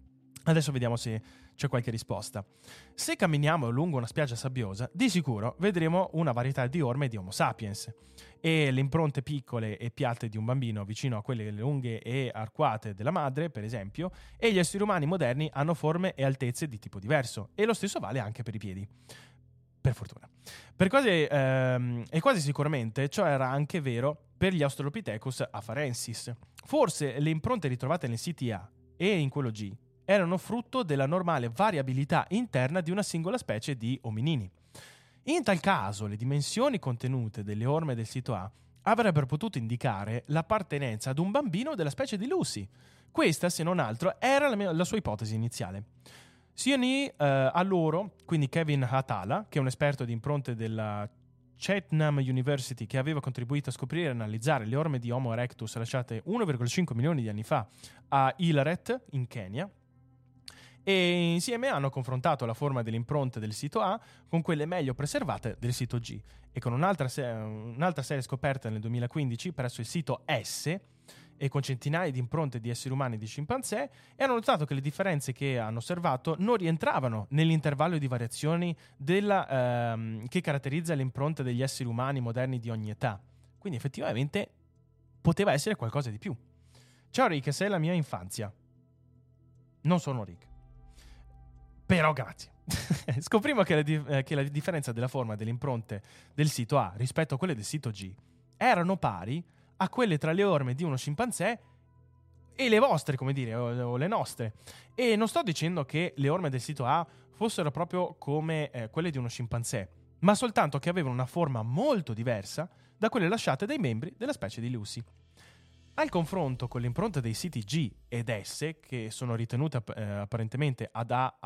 Adesso vediamo se c'è qualche risposta. Se camminiamo lungo una spiaggia sabbiosa, di sicuro vedremo una varietà di orme di Homo sapiens, e le impronte piccole e piatte di un bambino vicino a quelle lunghe e arcuate della madre, per esempio, e gli esseri umani moderni hanno forme e altezze di tipo diverso, e lo stesso vale anche per i piedi. Per fortuna. Per quasi, ehm, e quasi sicuramente ciò era anche vero per gli Australopithecus afarensis. Forse le impronte ritrovate nel siti A e in quello G erano frutto della normale variabilità interna di una singola specie di ominini. In tal caso, le dimensioni contenute delle orme del sito A avrebbero potuto indicare l'appartenenza ad un bambino della specie di Lucy. Questa, se non altro, era la, mia, la sua ipotesi iniziale. Si unì eh, a loro, quindi Kevin Hatala, che è un esperto di impronte della Chatham University, che aveva contribuito a scoprire e analizzare le orme di Homo erectus lasciate uno virgola cinque milioni di anni fa a Illoret, in Kenya, e insieme hanno confrontato la forma delle impronte del sito A con quelle meglio preservate del sito G, e con un'altra, se- un'altra serie scoperta nel duemilaquindici presso il sito S e con centinaia di impronte di esseri umani e di scimpanzé, e hanno notato che le differenze che hanno osservato non rientravano nell'intervallo di variazioni della, ehm, che caratterizza le impronte degli esseri umani moderni di ogni età. Quindi effettivamente poteva essere qualcosa di più. Ciao Rick, sei la mia infanzia. Non sono Rick. Però grazie. Scoprimo che la, di- eh, che la differenza della forma delle impronte del sito A rispetto a quelle del sito G erano pari a quelle tra le orme di uno scimpanzé e le vostre, come dire, o, o le nostre. E non sto dicendo che le orme del sito A fossero proprio come eh, quelle di uno scimpanzé, ma soltanto che avevano una forma molto diversa da quelle lasciate dai membri della specie di Lucy. Al confronto con le impronte dei siti G ed S, che sono ritenute eh, apparentemente ad A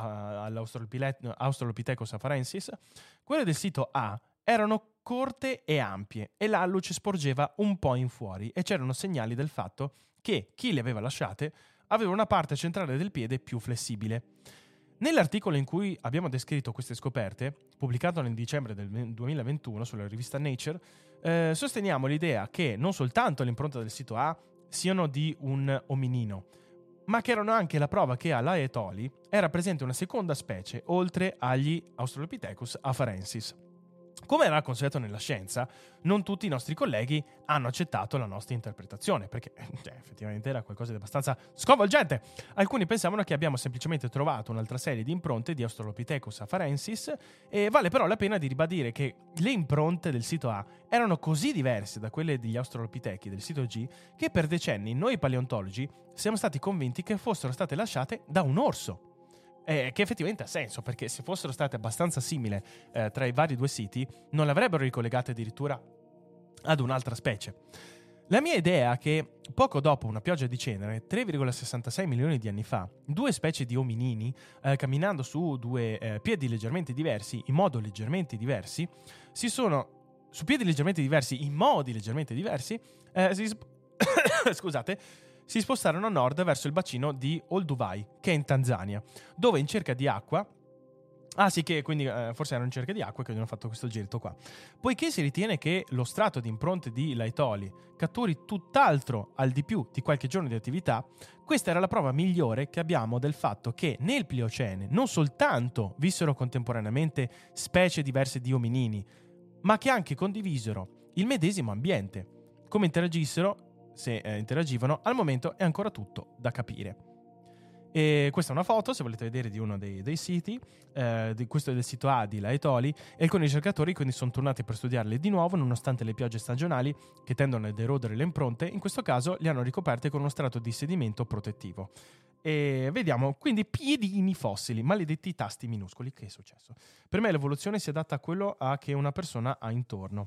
all'Australopithecus afarensis, quelle del sito A erano corte e ampie e l'alluce sporgeva un po' in fuori, e c'erano segnali del fatto che chi le aveva lasciate aveva una parte centrale del piede più flessibile. Nell'articolo in cui abbiamo descritto queste scoperte, pubblicato nel dicembre del duemilaventuno sulla rivista Nature, eh, sosteniamo l'idea che non soltanto le impronte del sito A siano di un ominino, ma che erano anche la prova che alla Etoli era presente una seconda specie oltre agli Australopithecus afarensis. Come era considerato nella scienza, non tutti i nostri colleghi hanno accettato la nostra interpretazione, perché cioè, effettivamente era qualcosa di abbastanza sconvolgente. Alcuni pensavano che abbiamo semplicemente trovato un'altra serie di impronte di Australopithecus afarensis, e vale però la pena di ribadire che le impronte del sito A erano così diverse da quelle degli Australopitechi del sito G che per decenni noi paleontologi siamo stati convinti che fossero state lasciate da un orso. Eh, che effettivamente ha senso, perché se fossero state abbastanza simili eh, tra i vari due siti non le avrebbero ricollegate addirittura ad un'altra specie. La mia idea è che poco dopo una pioggia di cenere, tre virgola sessantasei milioni di anni fa, due specie di ominini eh, camminando su due eh, piedi leggermente diversi, in modo leggermente diversi, si sono su piedi leggermente diversi, in modi leggermente diversi, eh, si sp- scusate si spostarono a nord verso il bacino di Olduvai, che è in Tanzania, dove in cerca di acqua... Ah sì, che quindi eh, forse erano in cerca di acqua che hanno fatto questo giretto qua. Poiché si ritiene che lo strato di impronte di Laetoli catturi tutt'altro al di più di qualche giorno di attività, questa era la prova migliore che abbiamo del fatto che nel Pliocene non soltanto vissero contemporaneamente specie diverse di ominini, ma che anche condivisero il medesimo ambiente. Come interagissero, se eh, interagivano, al momento è ancora tutto da capire. E questa è una foto, se volete vedere, di uno dei, dei siti, eh, di, questo è del sito A di Laetoli, e alcuni ricercatori quindi sono tornati per studiarle di nuovo, nonostante le piogge stagionali che tendono ad erodere le impronte, in questo caso le hanno ricoperte con uno strato di sedimento protettivo. E vediamo quindi piedini fossili, maledetti tasti minuscoli. Che è successo? Per me l'evoluzione si adatta a quello a che una persona ha intorno.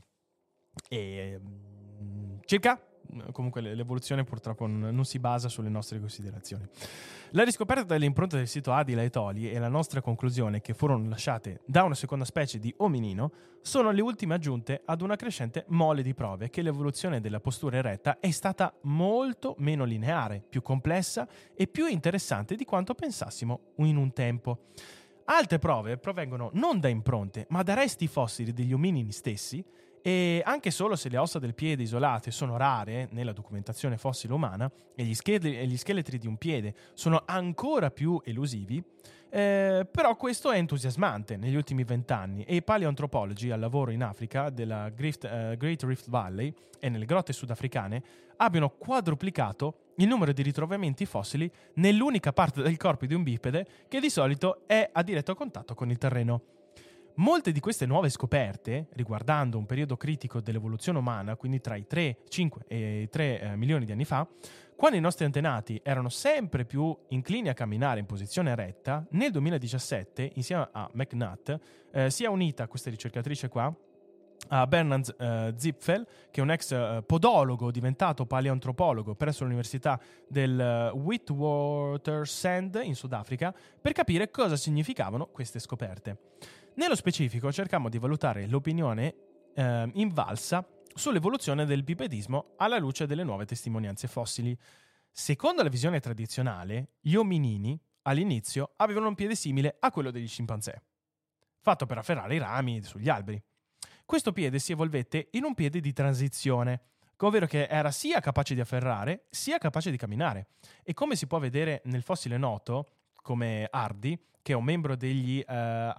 E circa... Comunque l'evoluzione purtroppo non si basa sulle nostre considerazioni. La riscoperta delle impronte del sito A di Laetoli e la nostra conclusione che furono lasciate da una seconda specie di ominino sono le ultime aggiunte ad una crescente mole di prove che l'evoluzione della postura eretta è stata molto meno lineare, più complessa e più interessante di quanto pensassimo in un tempo. Altre prove provengono non da impronte, ma da resti fossili degli ominini stessi, E anche solo se le ossa del piede isolate sono rare nella documentazione fossile umana e gli, scheletri, e gli scheletri di un piede sono ancora più elusivi, eh, però questo è entusiasmante negli ultimi vent'anni e i paleoantropologi al lavoro in Africa della Great, uh, Great Rift Valley e nelle grotte sudafricane abbiano quadruplicato il numero di ritrovamenti fossili nell'unica parte del corpo di un bipede che di solito è a diretto contatto con il terreno. Molte di queste nuove scoperte, riguardando un periodo critico dell'evoluzione umana, quindi tra i tre, cinque e i tre eh, milioni di anni fa, quando i nostri antenati erano sempre più inclini a camminare in posizione eretta, nel duemiladiciassette, insieme a McNutt, eh, si è unita questa ricercatrice qua, a Bernard uh, Zipfel, che è un ex uh, podologo diventato paleoantropologo presso l'università del uh, Witwatersrand in Sudafrica, per capire cosa significavano queste scoperte. Nello specifico cercammo di valutare l'opinione uh, invalsa sull'evoluzione del bipedismo alla luce delle nuove testimonianze fossili. Secondo la visione tradizionale, gli ominini all'inizio avevano un piede simile a quello degli scimpanzé, fatto per afferrare i rami sugli alberi. Questo piede si evolvette in un piede di transizione, ovvero che era sia capace di afferrare, sia capace di camminare. E come si può vedere nel fossile noto, come Hardy, che è un membro degli uh,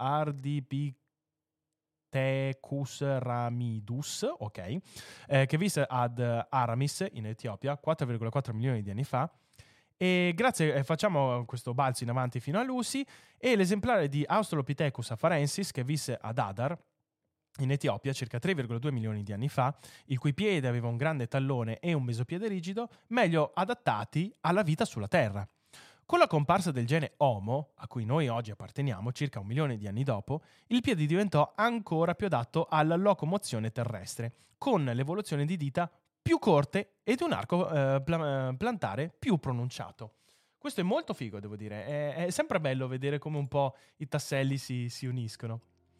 Ardipithecus ramidus, ok, eh, che visse ad Aramis, in Etiopia, quattro virgola quattro milioni di anni fa. E grazie, eh, facciamo questo balzo in avanti fino a Lucy, e l'esemplare di Australopithecus afarensis, che visse ad Adar, in Etiopia, circa tre virgola due milioni di anni fa, il cui piede aveva un grande tallone e un mesopiede rigido, meglio adattati alla vita sulla Terra. Con la comparsa del gene Homo, a cui noi oggi apparteniamo, circa un milione di anni dopo, il piede diventò ancora più adatto alla locomozione terrestre, con l'evoluzione di dita più corte ed un arco eh, pla- plantare più pronunciato. Questo è molto figo, devo dire. È, è sempre bello vedere come un po' i tasselli si, si uniscono.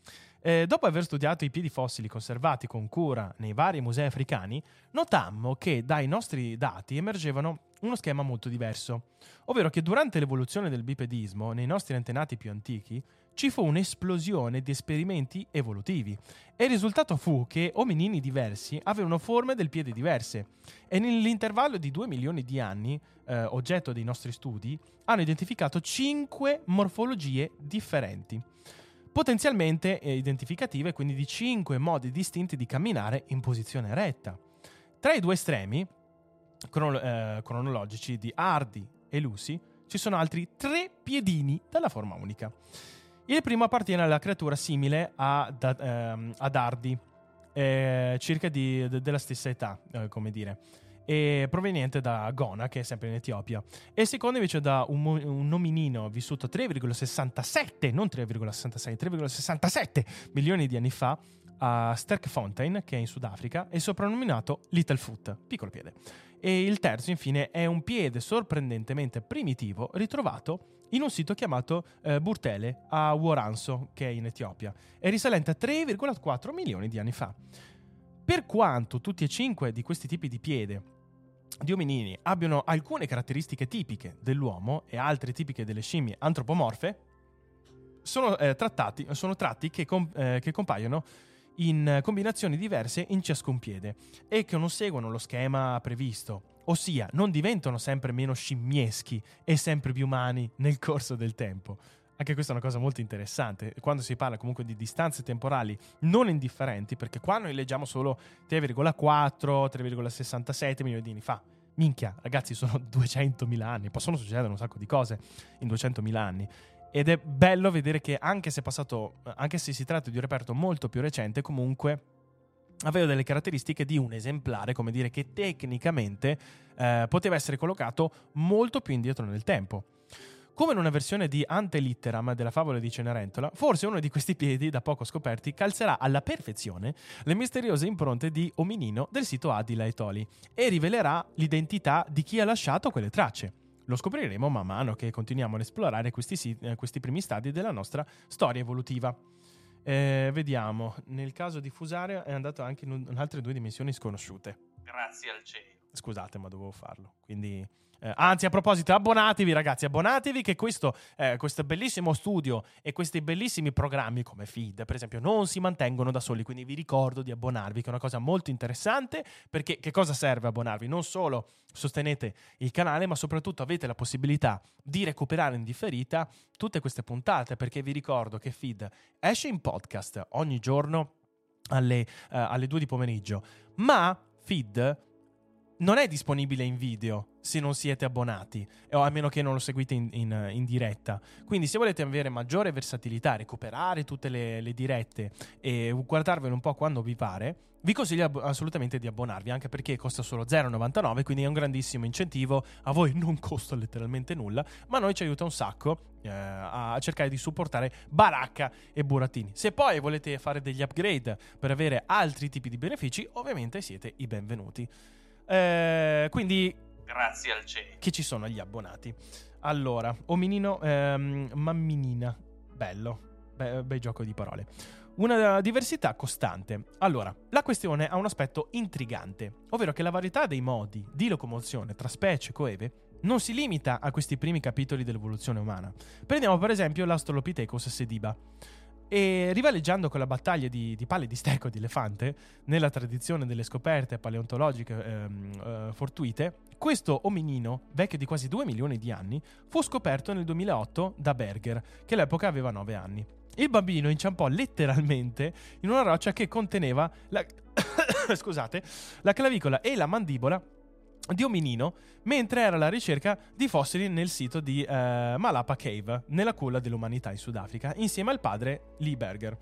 Eh, dopo aver studiato i piedi fossili conservati con cura nei vari musei africani, notammo che dai nostri dati emergevano uno schema molto diverso, ovvero che durante l'evoluzione del bipedismo nei nostri antenati più antichi ci fu un'esplosione di esperimenti evolutivi e il risultato fu che ominini diversi avevano forme del piede diverse e nell'intervallo di due milioni di anni, eh, oggetto dei nostri studi, hanno identificato cinque morfologie differenti, potenzialmente identificative quindi di cinque modi distinti di camminare in posizione eretta. Tra i due estremi crono- eh, cronologici di Hardy e Lucy ci sono altri tre piedini dalla forma unica. Il primo appartiene alla creatura simile a, da, ehm, ad Hardy, eh, circa di, de, della stessa età, eh, come dire, e proveniente da Gona, che è sempre in Etiopia, e il secondo invece da un, un ominino vissuto tre virgola sessantasette, non tre virgola sessantasei, tre virgola sessantasette milioni di anni fa a Sterkfontein, che è in Sudafrica, e soprannominato Littlefoot, piccolo piede. E il terzo infine è un piede sorprendentemente primitivo ritrovato in un sito chiamato eh, Burtele a Woranso, che è in Etiopia, e risalente a tre virgola quattro milioni di anni fa. Per quanto tutti e cinque di questi tipi di piede di ominini abbiano alcune caratteristiche tipiche dell'uomo e altre tipiche delle scimmie antropomorfe, sono, eh, trattati, sono tratti che, com- eh, che compaiono in combinazioni diverse in ciascun piede e che non seguono lo schema previsto, ossia non diventano sempre meno scimmieschi e sempre più umani nel corso del tempo. Anche questa è una cosa molto interessante quando si parla comunque di distanze temporali non indifferenti, perché qua noi leggiamo solo tre virgola quattro, tre virgola sessantasette milioni di anni fa. Minchia, ragazzi, sono duecentomila anni, possono succedere un sacco di cose in duecentomila anni. Ed è bello vedere che anche se è passato, anche se si tratta di un reperto molto più recente, comunque aveva delle caratteristiche di un esemplare, come dire, che tecnicamente eh, poteva essere collocato molto più indietro nel tempo. Come in una versione di Ante Litteram della favola di Cenerentola, forse uno di questi piedi da poco scoperti calzerà alla perfezione le misteriose impronte di ominino del sito Adila e Toli e rivelerà l'identità di chi ha lasciato quelle tracce. Lo scopriremo man mano che continuiamo ad esplorare questi, eh, questi primi stadi della nostra storia evolutiva. Eh, vediamo, nel caso di Fusare è andato anche in, un, in altre due dimensioni sconosciute. Grazie al cielo. Scusate, ma dovevo farlo. Quindi Eh, anzi, a proposito, abbonatevi ragazzi, abbonatevi che questo, eh, questo bellissimo studio e questi bellissimi programmi come Feed, per esempio, non si mantengono da soli, quindi vi ricordo di abbonarvi, che è una cosa molto interessante, perché che cosa serve abbonarvi? Non solo sostenete il canale, ma soprattutto avete la possibilità di recuperare in differita tutte queste puntate, perché vi ricordo che Feed esce in podcast ogni giorno alle, uh, alle due di pomeriggio, ma Feed non è disponibile in video se non siete abbonati, o a meno che non lo seguite in, in, in diretta. Quindi se volete avere maggiore versatilità, recuperare tutte le, le dirette e guardarvelo un po' quando vi pare, vi consiglio ab- assolutamente di abbonarvi, anche perché costa solo zero virgola novantanove, quindi è un grandissimo incentivo. A voi non costa letteralmente nulla, ma a noi ci aiuta un sacco eh, a cercare di supportare Baracca e Burattini. Se poi volete fare degli upgrade per avere altri tipi di benefici, ovviamente siete i benvenuti. Eh, quindi grazie al cielo che ci sono gli abbonati. Allora, ominino, ehm, mamminina, bello, Be- bei gioco di parole. Una diversità costante. Allora, la questione ha un aspetto intrigante, ovvero che la varietà dei modi di locomozione tra specie coeve non si limita a questi primi capitoli dell'evoluzione umana. Prendiamo per esempio l'Australopithecus sediba. E rivaleggiando con la battaglia di, di palle di stecco di elefante nella tradizione delle scoperte paleontologiche ehm, eh, fortuite, questo ominino, vecchio di quasi due milioni di anni, fu scoperto nel duemilaotto da Berger, che all'epoca aveva nove anni. Il bambino inciampò letteralmente in una roccia che conteneva la, scusate, la clavicola e la mandibola di ominino, mentre era alla ricerca di fossili nel sito di uh, Malapa Cave, nella culla dell'umanità in Sudafrica, insieme al padre Lee Berger.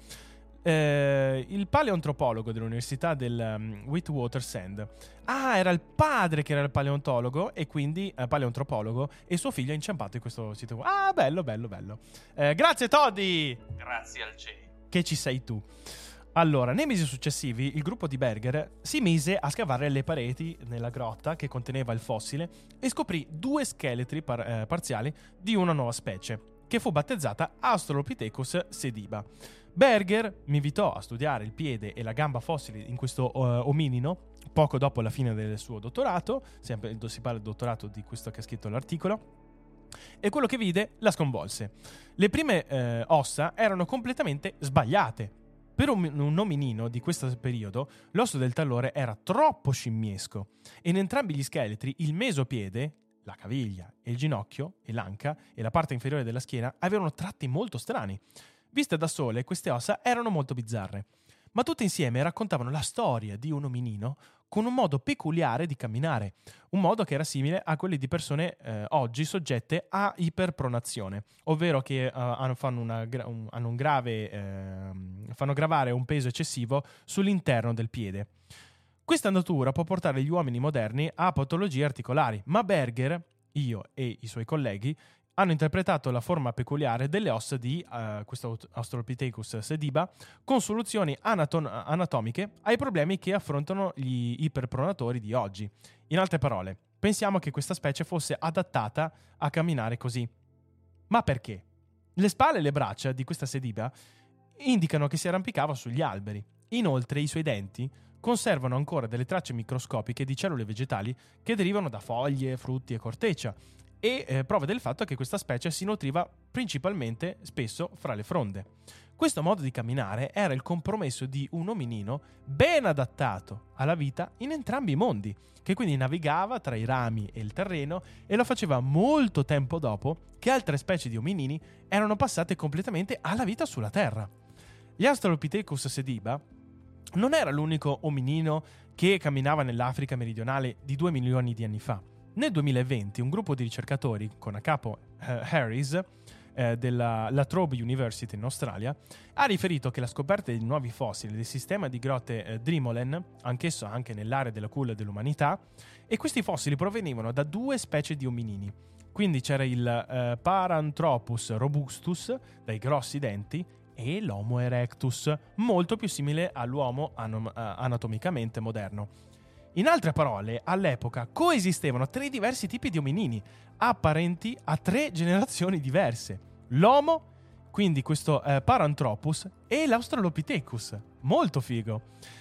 Eh, il paleoantropologo dell'università del um, Witwatersrand. Ah, era il padre che era il paleontologo e quindi eh, paleoantropologo, e suo figlio è inciampato in questo sito. Ah, bello, bello, bello. Eh, grazie Toddy! Grazie al cielo che ci sei tu. Allora, nei mesi successivi il gruppo di Berger si mise a scavare le pareti nella grotta che conteneva il fossile e scoprì due scheletri par- eh, parziali di una nuova specie, che fu battezzata Australopithecus sediba. Berger mi invitò a studiare il piede e la gamba fossili in questo uh, ominino poco dopo la fine del suo dottorato, sempre si parla del dottorato di questo che ha scritto l'articolo, e quello che vide la sconvolse. Le prime eh, ossa erano completamente sbagliate. Per un, un ominino di questo periodo, l'osso del tallore era troppo scimmiesco e in entrambi gli scheletri il mesopiede, la caviglia e il ginocchio e l'anca e la parte inferiore della schiena avevano tratti molto strani. Viste da sole, queste ossa erano molto bizzarre, ma tutte insieme raccontavano la storia di un ominino con un modo peculiare di camminare, un modo che era simile a quelli di persone eh, oggi soggette a iperpronazione, ovvero che uh, fanno, una, un, hanno un grave, eh, fanno gravare un peso eccessivo sull'interno del piede. Questa natura può portare gli uomini moderni a patologie articolari, ma Berger, io e i suoi colleghi, hanno interpretato la forma peculiare delle ossa di uh, questo Australopithecus sediba con soluzioni anaton- anatomiche ai problemi che affrontano gli iperpronatori di oggi. In altre parole, pensiamo che questa specie fosse adattata a camminare così. Ma perché? Le spalle e le braccia di questa sediba indicano che si arrampicava sugli alberi. Inoltre, i suoi denti conservano ancora delle tracce microscopiche di cellule vegetali che derivano da foglie, frutti e corteccia, e eh, prove del fatto che questa specie si nutriva principalmente spesso fra le fronde. Questo modo di camminare era il compromesso di un ominino ben adattato alla vita in entrambi i mondi, che quindi navigava tra i rami e il terreno e lo faceva molto tempo dopo che altre specie di ominini erano passate completamente alla vita sulla Terra. Gli Australopithecus sediba non era l'unico ominino che camminava nell'Africa meridionale di due milioni di anni fa. Nel duemilaventi un gruppo di ricercatori, con a capo eh, Harris, eh, della La Trobe University in Australia, ha riferito che la scoperta di nuovi fossili del sistema di grotte eh, Drimolen, anch'esso anche nell'area della culla dell'umanità, e questi fossili provenivano da due specie di ominini. Quindi c'era il eh, Paranthropus robustus, dai grossi denti, e l'Homo erectus, molto più simile all'uomo anom- anatomicamente moderno. In altre parole, all'epoca coesistevano tre diversi tipi di ominini, apparenti a tre generazioni diverse. L'Homo, quindi questo eh, Paranthropus, e l'Australopithecus. Molto figo.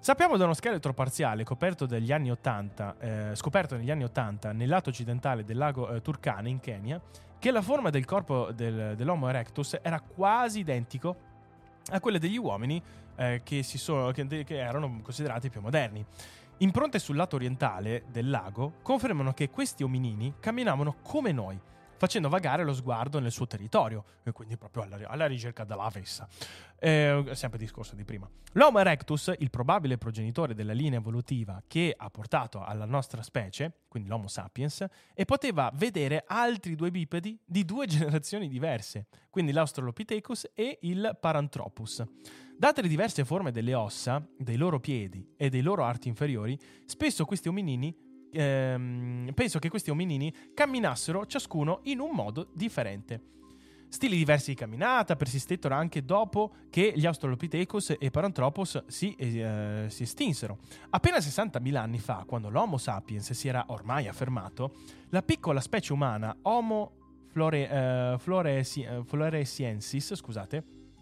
Sappiamo da uno scheletro parziale coperto dagli anni ottanta, eh, scoperto negli anni ottanta nel lato occidentale del lago eh, Turkana in Kenya, che la forma del corpo del, dell'Homo erectus era quasi identico a quella degli uomini eh, che, si sono, che, che erano considerati più moderni. Impronte sul lato orientale del lago confermano che questi ominini camminavano come noi, facendo vagare lo sguardo nel suo territorio, e quindi proprio alla, alla ricerca della fessa. Eh, sempre discorso di prima. L'Homo erectus, il probabile progenitore della linea evolutiva che ha portato alla nostra specie, quindi l'Homo sapiens, e poteva vedere altri due bipedi di due generazioni diverse, quindi l'Australopithecus e il Paranthropus. Date le diverse forme delle ossa, dei loro piedi e dei loro arti inferiori, spesso questi ominini Ehm, penso che questi ominini camminassero ciascuno in un modo differente. Stili diversi di camminata persistettero anche dopo che gli Australopithecus e Paranthropus si, eh, si estinsero. Appena sessantamila anni fa, quando l'Homo sapiens si era ormai affermato, la piccola specie umana Homo flore, eh, floresi, floresiensis, scusate,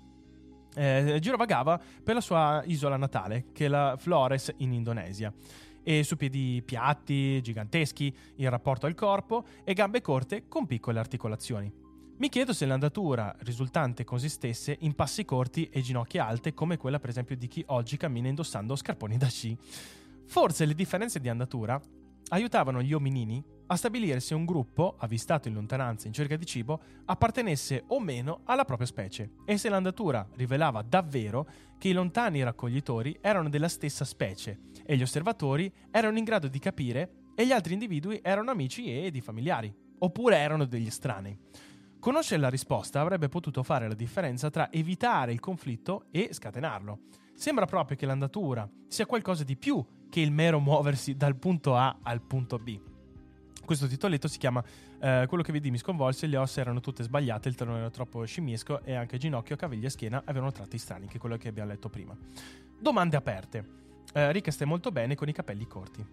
eh, girovagava per la sua isola natale, che è la Flores in Indonesia, e su piedi piatti, giganteschi, in rapporto al corpo, e gambe corte con piccole articolazioni. Mi chiedo se l'andatura risultante consistesse in passi corti e ginocchia alte come quella per esempio di chi oggi cammina indossando scarponi da sci. Forse le differenze di andatura aiutavano gli ominini a stabilire se un gruppo, avvistato in lontananza in cerca di cibo, appartenesse o meno alla propria specie, e se l'andatura rivelava davvero che i lontani raccoglitori erano della stessa specie e gli osservatori erano in grado di capire e gli altri individui erano amici e di familiari, oppure erano degli estranei. Conoscere la risposta avrebbe potuto fare la differenza tra evitare il conflitto e scatenarlo. Sembra proprio che l'andatura sia qualcosa di più che il mero muoversi dal punto A al punto B. Questo titoletto si chiama eh, Quello che vedi mi sconvolse, le ossa erano tutte sbagliate, il tallone era troppo scimmiesco e anche ginocchio, caviglia e schiena avevano tratti strani, che è quello che abbiamo letto prima. Domande aperte. Eh, Rick stai molto bene con i capelli corti.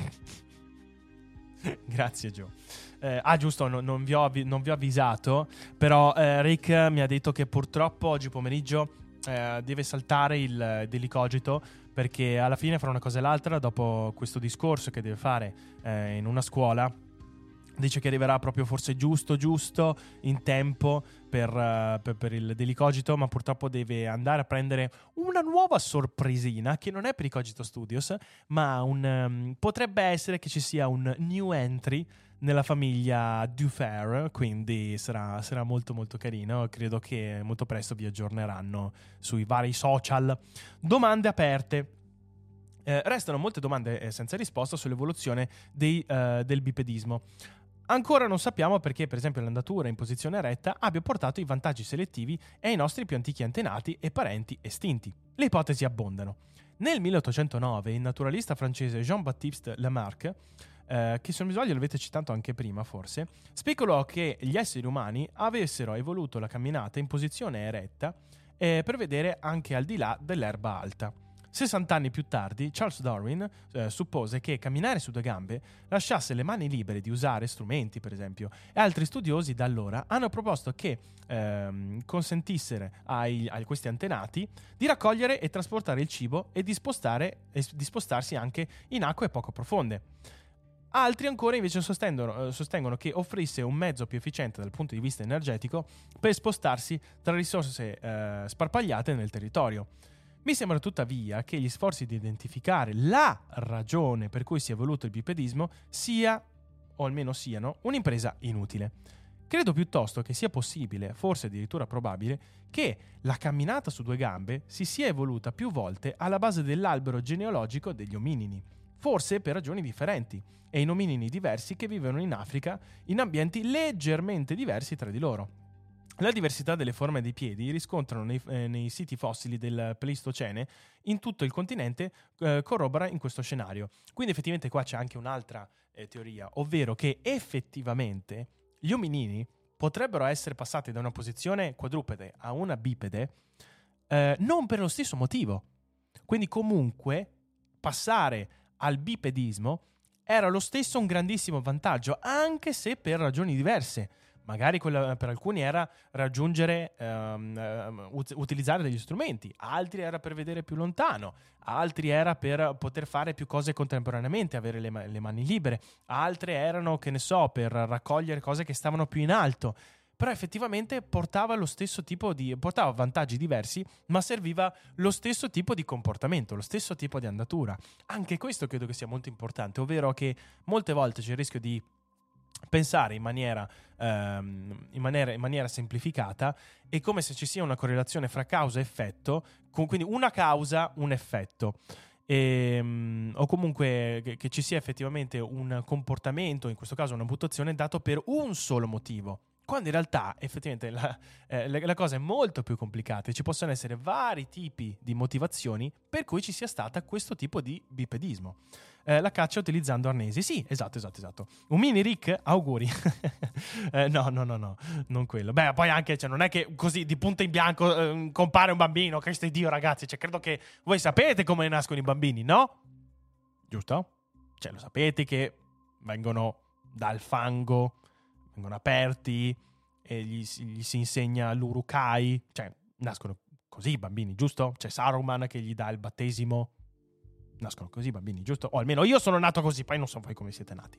Grazie Joe. Eh, ah giusto, no, non, vi ho, non vi ho avvisato, però eh, Rick mi ha detto che purtroppo oggi pomeriggio eh, deve saltare il delicogito, perché alla fine fra una cosa e l'altra, dopo questo discorso che deve fare eh, in una scuola, dice che arriverà proprio forse giusto giusto in tempo per, uh, per, per il delicogito, ma purtroppo deve andare a prendere una nuova sorpresina che non è per i Cogito Studios, ma un, um, potrebbe essere che ci sia un new entry nella famiglia Dufair, quindi sarà, sarà molto molto carino. Credo che molto presto vi aggiorneranno sui vari social. Domande aperte. Eh, restano molte domande eh, senza risposta sull'evoluzione dei, uh, del bipedismo. Ancora non sappiamo perché, per esempio, l'andatura in posizione retta abbia portato i vantaggi selettivi ai nostri più antichi antenati e parenti estinti. Le ipotesi abbondano. Nel milleottocentonove il naturalista francese Jean-Baptiste Lamarck, eh, che se non mi sbaglio l'avete citato anche prima forse, speculò che gli esseri umani avessero evoluto la camminata in posizione eretta eh, per vedere anche al di là dell'erba alta. sessanta anni più tardi, Charles Darwin eh, suppose che camminare su due gambe lasciasse le mani libere di usare strumenti, per esempio, e altri studiosi da allora hanno proposto che ehm, consentissero ai, a questi antenati di raccogliere e trasportare il cibo e di, spostare, e di spostarsi anche in acque poco profonde. Altri ancora invece sostengono, eh, sostengono che offrisse un mezzo più efficiente dal punto di vista energetico per spostarsi tra risorse eh, sparpagliate nel territorio. Mi sembra tuttavia che gli sforzi di identificare la ragione per cui si è evoluto il bipedismo sia, o almeno siano, un'impresa inutile. Credo piuttosto che sia possibile, forse addirittura probabile, che la camminata su due gambe si sia evoluta più volte alla base dell'albero genealogico degli ominini, forse per ragioni differenti, e in ominini diversi che vivono in Africa in ambienti leggermente diversi tra di loro. La diversità delle forme dei piedi riscontrano nei, eh, nei siti fossili del Pleistocene in tutto il continente eh, corrobora in questo scenario. Quindi effettivamente qua c'è anche un'altra eh, teoria, ovvero che effettivamente gli ominini potrebbero essere passati da una posizione quadrupede a una bipede eh, non per lo stesso motivo. Quindi comunque passare al bipedismo era lo stesso un grandissimo vantaggio, anche se per ragioni diverse. Magari quella per alcuni era raggiungere, um, ut- utilizzare degli strumenti, altri era per vedere più lontano, altri era per poter fare più cose contemporaneamente, avere le, ma- le mani libere, altre erano, che ne so, per raccogliere cose che stavano più in alto. Però effettivamente portava lo stesso tipo di portava vantaggi diversi, ma serviva lo stesso tipo di comportamento, lo stesso tipo di andatura. Anche questo credo che sia molto importante, ovvero che molte volte c'è il rischio di pensare in maniera, ehm, in maniera in maniera semplificata. È come se ci sia una correlazione fra causa e effetto, con, quindi una causa, un effetto. E, um, o comunque che, che ci sia effettivamente un comportamento, in questo caso una mutazione, dato per un solo motivo, quando in realtà effettivamente la, eh, la, la cosa è molto più complicata e ci possono essere vari tipi di motivazioni per cui ci sia stata questo tipo di bipedismo. Eh, la caccia utilizzando arnesi, sì, esatto, esatto, esatto. Un mini Rick, auguri. eh, no, no, no, no, non quello. Beh, poi anche, cioè, non è che così di punto in bianco eh, compare un bambino, Cristo Dio, ragazzi, cioè, credo che voi sapete come nascono i bambini, no? Giusto? Cioè, lo sapete che vengono dal fango, vengono aperti e gli, gli si insegna l'urukai, cioè nascono così i bambini, giusto? C'è Saruman che gli dà il battesimo, nascono così i bambini, giusto? O almeno io sono nato così, poi non so voi come siete nati.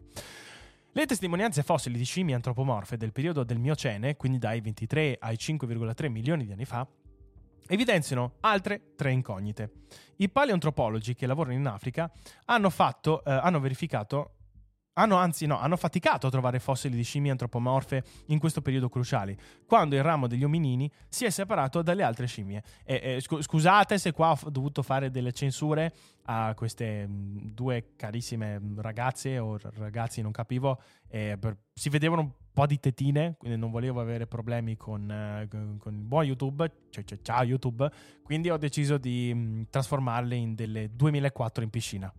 Le testimonianze fossili di scimmie antropomorfe del periodo del Miocene, quindi dai ventitré ai cinque virgola tre milioni di anni fa, evidenziano altre tre incognite. I paleoantropologi che lavorano in Africa hanno fatto, eh, hanno verificato Hanno anzi no, hanno faticato a trovare fossili di scimmie antropomorfe in questo periodo cruciale, quando il ramo degli ominini si è separato dalle altre scimmie. E, e, scusate se qua ho dovuto fare delle censure a queste mh, due carissime ragazze o ragazzi, non capivo, eh, per, si vedevano un po' di tetine, quindi non volevo avere problemi con, eh, con il buon YouTube, cioè, cioè, ciao YouTube, quindi ho deciso di mh, trasformarle in delle duemilaquattro in piscina.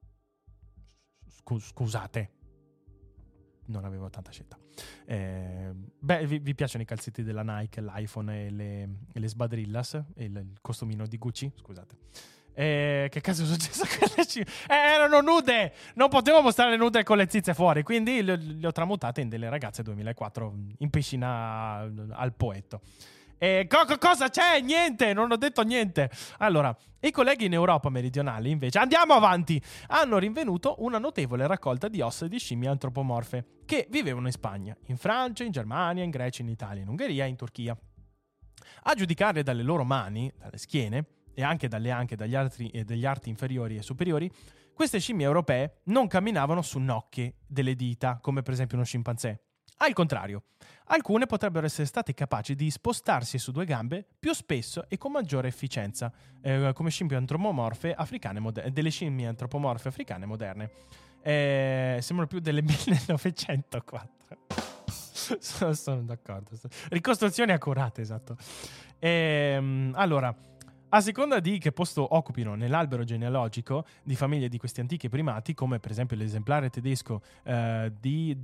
Scusate, non avevo tanta scelta. Eh, beh, vi, vi piacciono i calzetti della Nike, l'iPhone e le, e le sbadrillas e il, il costumino di Gucci? Scusate. Eh, che cazzo è successo a quelle c- eh, erano nude! Non potevo mostrare nude con le zizze fuori, quindi le, le ho tramutate in delle ragazze duemilaquattro in piscina al, al Poetto. E co- cosa c'è? Niente, non ho detto niente. Allora, i colleghi in Europa meridionale invece, andiamo avanti, hanno rinvenuto una notevole raccolta di ossa di scimmie antropomorfe che vivevano in Spagna, in Francia, in Germania, in Grecia, in Italia, in Ungheria e in Turchia. A giudicare dalle loro mani, dalle schiene e anche dalle anche dagli altri e degli arti inferiori e superiori, queste scimmie europee non camminavano su nocche delle dita, come per esempio uno scimpanzé. Al contrario, alcune potrebbero essere state capaci di spostarsi su due gambe più spesso e con maggiore efficienza, eh, come scimmie antropomorfe africane moder- delle scimmie antropomorfe africane moderne. Eh, sembrano più delle millenovecentoquattro. sono, sono d'accordo. Ricostruzioni accurate, esatto. Eh, allora, a seconda di che posto occupino nell'albero genealogico di famiglie di questi antichi primati, come per esempio l'esemplare tedesco eh, di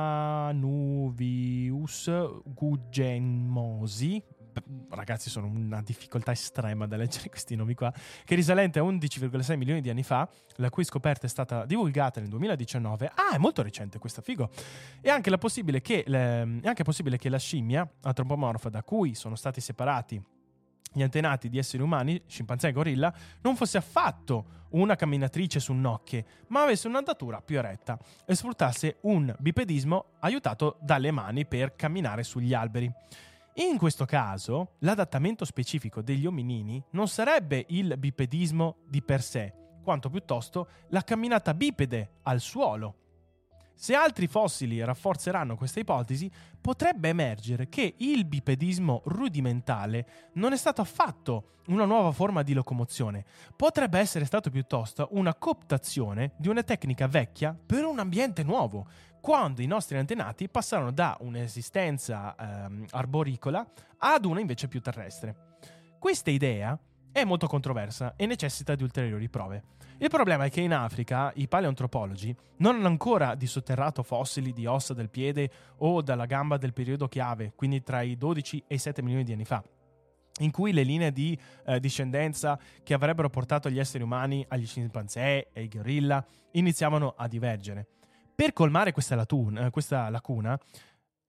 Danuvius guggenmosi, ragazzi sono una difficoltà estrema da leggere questi nomi qua, che risalente a undici virgola sei milioni di anni fa, la cui scoperta è stata divulgata nel duemiladiciannove. Ah, è molto recente questa, figo. È anche, la possibile che le, è anche possibile che la scimmia antropomorfa da cui sono stati separati gli antenati di esseri umani, scimpanzé e gorilla, non fosse affatto una camminatrice su nocche, ma avesse un'andatura più eretta e sfruttasse un bipedismo aiutato dalle mani per camminare sugli alberi. In questo caso, l'adattamento specifico degli ominini non sarebbe il bipedismo di per sé, quanto piuttosto la camminata bipede al suolo. Se altri fossili rafforzeranno questa ipotesi, potrebbe emergere che il bipedismo rudimentale non è stato affatto una nuova forma di locomozione, potrebbe essere stato piuttosto una cooptazione di una tecnica vecchia per un ambiente nuovo, quando i nostri antenati passarono da un'esistenza ehm, arboricola ad una invece più terrestre. Questa idea è molto controversa e necessita di ulteriori prove. Il problema è che in Africa i paleoantropologi non hanno ancora dissotterrato fossili di ossa del piede o dalla gamba del periodo chiave, quindi tra i dodici e i sette milioni di anni fa, in cui le linee di eh, discendenza che avrebbero portato gli esseri umani agli scimpanzé e ai gorilla iniziavano a divergere. Per colmare questa, latuna, questa lacuna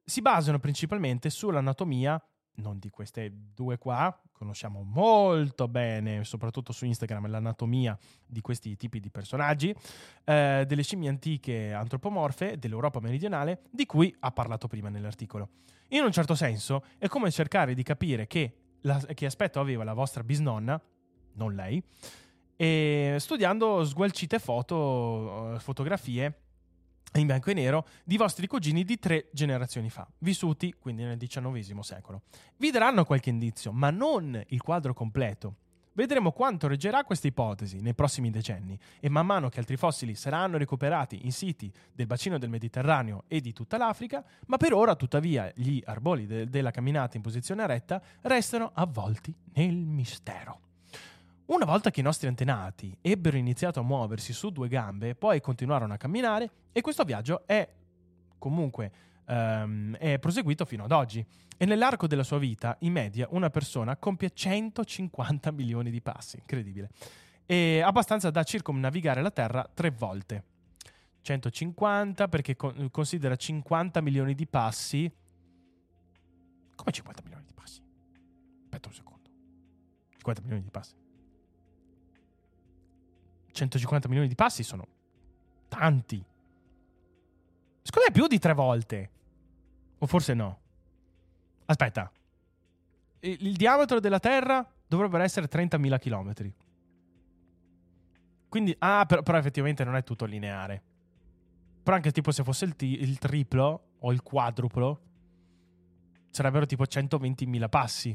si basano principalmente sull'anatomia, non di queste due qua, conosciamo molto bene, soprattutto su Instagram, l'anatomia di questi tipi di personaggi, eh, delle scimmie antiche antropomorfe dell'Europa meridionale, di cui ha parlato prima nell'articolo. In un certo senso è come cercare di capire che, la, che aspetto aveva la vostra bisnonna, non lei, e studiando sgualcite foto, fotografie in bianco e nero di vostri cugini di tre generazioni fa, vissuti quindi nel diciannovesimo secolo. Vi daranno qualche indizio, ma non il quadro completo. Vedremo quanto reggerà questa ipotesi nei prossimi decenni e man mano che altri fossili saranno recuperati in siti del bacino del Mediterraneo e di tutta l'Africa, ma per ora tuttavia gli arboli de- della camminata in posizione eretta restano avvolti nel mistero. Una volta che i nostri antenati ebbero iniziato a muoversi su due gambe, poi continuarono a camminare e questo viaggio è comunque um, è proseguito fino ad oggi. E nell'arco della sua vita, in media, una persona compie centocinquanta milioni di passi. Incredibile. E abbastanza da circumnavigare la Terra tre volte. centocinquanta perché con- considera cinquanta milioni di passi. Come cinquanta milioni di passi? Aspetta un secondo. cinquanta milioni di passi. centocinquanta milioni di passi sono tanti. Secondo me più di tre volte. O forse no. Aspetta. Il, il diametro della Terra dovrebbero essere trentamila chilometri. Quindi, ah, però, però effettivamente non è tutto lineare. Però anche tipo se fosse il, t- il triplo o il quadruplo, sarebbero tipo centoventimila passi.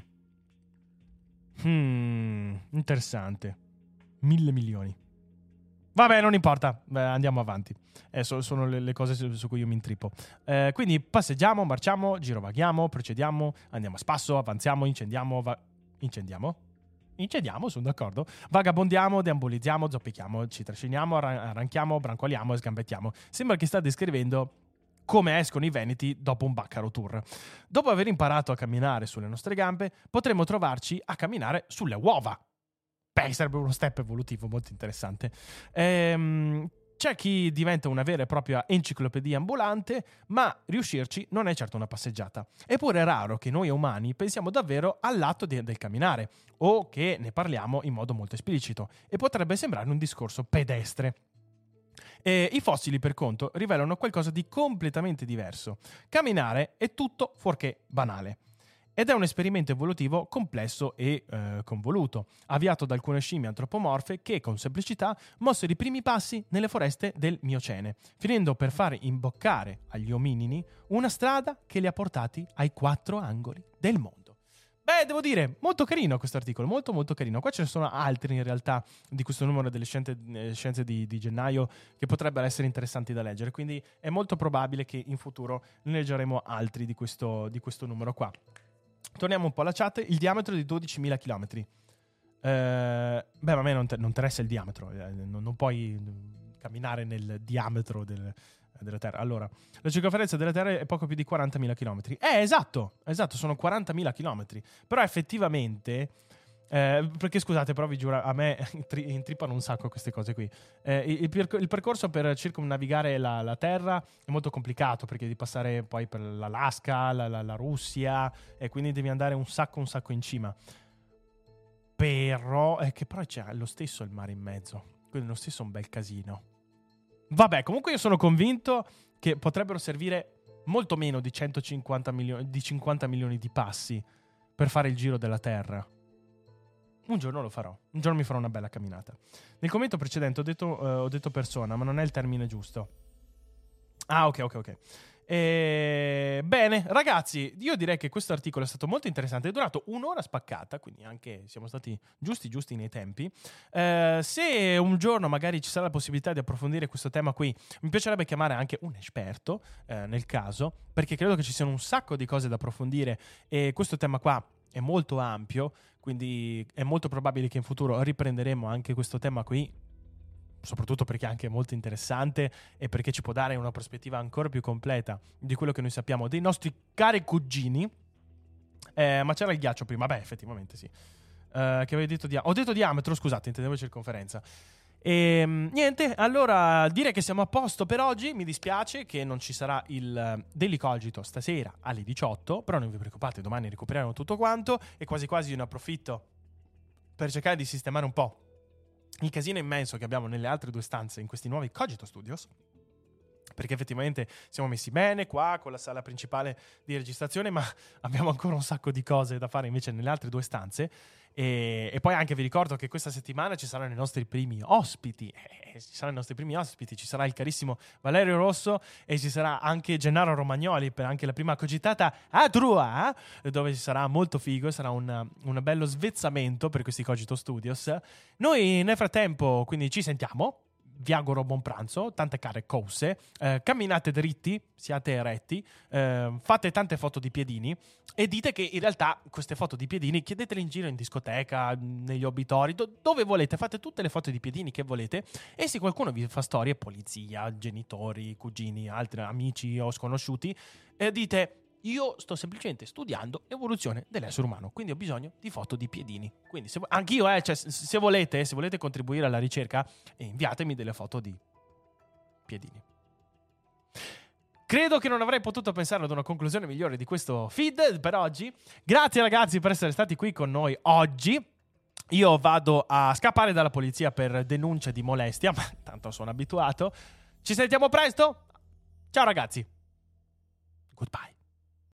Hmm, interessante. Mille milioni. Vabbè, non importa, Beh, andiamo avanti. Eh, so, sono le, le cose su, su cui io mi intrippo. Eh, quindi passeggiamo, marciamo, girovaghiamo, procediamo, andiamo a spasso, avanziamo, incendiamo, va- incendiamo? Incendiamo, sono d'accordo. Vagabondiamo, deambolizziamo, zoppichiamo, ci trasciniamo, arran- arranchiamo, brancoliamo e sgambettiamo. Sembra che sta descrivendo come escono i veneti dopo un Baccaro Tour. Dopo aver imparato a camminare sulle nostre gambe, potremo trovarci a camminare sulle uova. Beh, sarebbe uno step evolutivo molto interessante. Ehm, c'è chi diventa una vera e propria enciclopedia ambulante, ma riuscirci non è certo una passeggiata. Eppure è raro che noi umani pensiamo davvero all'atto di, del camminare, o che ne parliamo in modo molto esplicito, e potrebbe sembrare un discorso pedestre. E i fossili, per contro, rivelano qualcosa di completamente diverso. Camminare è tutto fuorché banale. Ed è un esperimento evolutivo complesso e eh, convoluto, avviato da alcune scimmie antropomorfe che, con semplicità, mossero i primi passi nelle foreste del Miocene, finendo per far imboccare agli ominini una strada che li ha portati ai quattro angoli del mondo. Beh, devo dire, molto carino questo articolo, molto molto carino. Qua ce ne sono altri in realtà di questo numero delle scienze, eh, scienze di, di gennaio che potrebbero essere interessanti da leggere, quindi è molto probabile che in futuro ne leggeremo altri di questo, di questo numero qua. Torniamo un po' alla chat. Il diametro di dodicimila chilometri. Eh, beh, ma a me non, te, non interessa il diametro. Eh, non, non puoi camminare nel diametro del, della Terra. Allora, la circonferenza della Terra è poco più di quarantamila chilometri. Eh, esatto, esatto, sono quarantamila chilometri. Però effettivamente... Eh, perché scusate, però vi giuro, a me intrippano un sacco queste cose qui. Eh, il, il, il percorso per circumnavigare la, la Terra è molto complicato, perché devi passare poi per l'Alaska, la, la, la Russia, e quindi devi andare un sacco un sacco in cima. Però è che poi c'è lo stesso il mare in mezzo, quindi lo stesso è un bel casino. Vabbè, comunque io sono convinto che potrebbero servire molto meno di centocinquanta milioni di cinquanta milioni di passi per fare il giro della Terra. Un giorno lo farò, un giorno mi farò una bella camminata. Nel commento precedente ho detto, uh, ho detto persona, ma non è il termine giusto. Ah, ok, ok, ok. E... Bene, ragazzi, io direi che questo articolo è stato molto interessante. È durato un'ora spaccata, quindi anche siamo stati giusti, giusti nei tempi. Eh, se un giorno magari ci sarà la possibilità di approfondire questo tema qui, mi piacerebbe chiamare anche un esperto, eh, nel caso, perché credo che ci siano un sacco di cose da approfondire e questo tema qua è molto ampio, quindi è molto probabile che in futuro riprenderemo anche questo tema qui, soprattutto perché è anche molto interessante e perché ci può dare una prospettiva ancora più completa di quello che noi sappiamo dei nostri cari cugini. Eh, ma c'era il ghiaccio prima, beh, effettivamente sì. Uh, che avevi detto dia- ho detto diametro, scusate, intendevo circonferenza. E niente, allora direi che siamo a posto per oggi. Mi dispiace che non ci sarà il Daily Cogito stasera alle diciotto, però non vi preoccupate, domani recuperiamo tutto quanto e quasi quasi io ne approfitto per cercare di sistemare un po' il casino immenso che abbiamo nelle altre due stanze in questi nuovi Cogito Studios, perché effettivamente siamo messi bene qua con la sala principale di registrazione, ma abbiamo ancora un sacco di cose da fare invece nelle altre due stanze. E, e poi anche vi ricordo che questa settimana ci saranno i nostri primi ospiti, eh, ci saranno i nostri primi ospiti, ci sarà il carissimo Valerio Rosso e ci sarà anche Gennaro Romagnoli per anche la prima cogitata a Trua, dove ci sarà molto figo, sarà un, un bello svezzamento per questi Cogito Studios. Noi nel frattempo quindi ci sentiamo. Vi auguro buon pranzo, tante care cose, eh, camminate dritti, siate eretti, eh, fate tante foto di piedini e dite che in realtà queste foto di piedini chiedetele in giro in discoteca, negli obitori, do- dove volete, fate tutte le foto di piedini che volete e se qualcuno vi fa storie, polizia, genitori, cugini, altri amici o sconosciuti, eh, dite... Io sto semplicemente studiando l'evoluzione dell'essere umano, quindi ho bisogno di foto di piedini. Quindi se, anch'io, eh, cioè, se volete, se volete contribuire alla ricerca, eh, inviatemi delle foto di piedini. Credo che non avrei potuto pensare ad una conclusione migliore di questo feed per oggi. Grazie ragazzi per essere stati qui con noi oggi. Io vado a scappare dalla polizia per denuncia di molestia, ma tanto sono abituato. Ci sentiamo presto. Ciao ragazzi. Goodbye.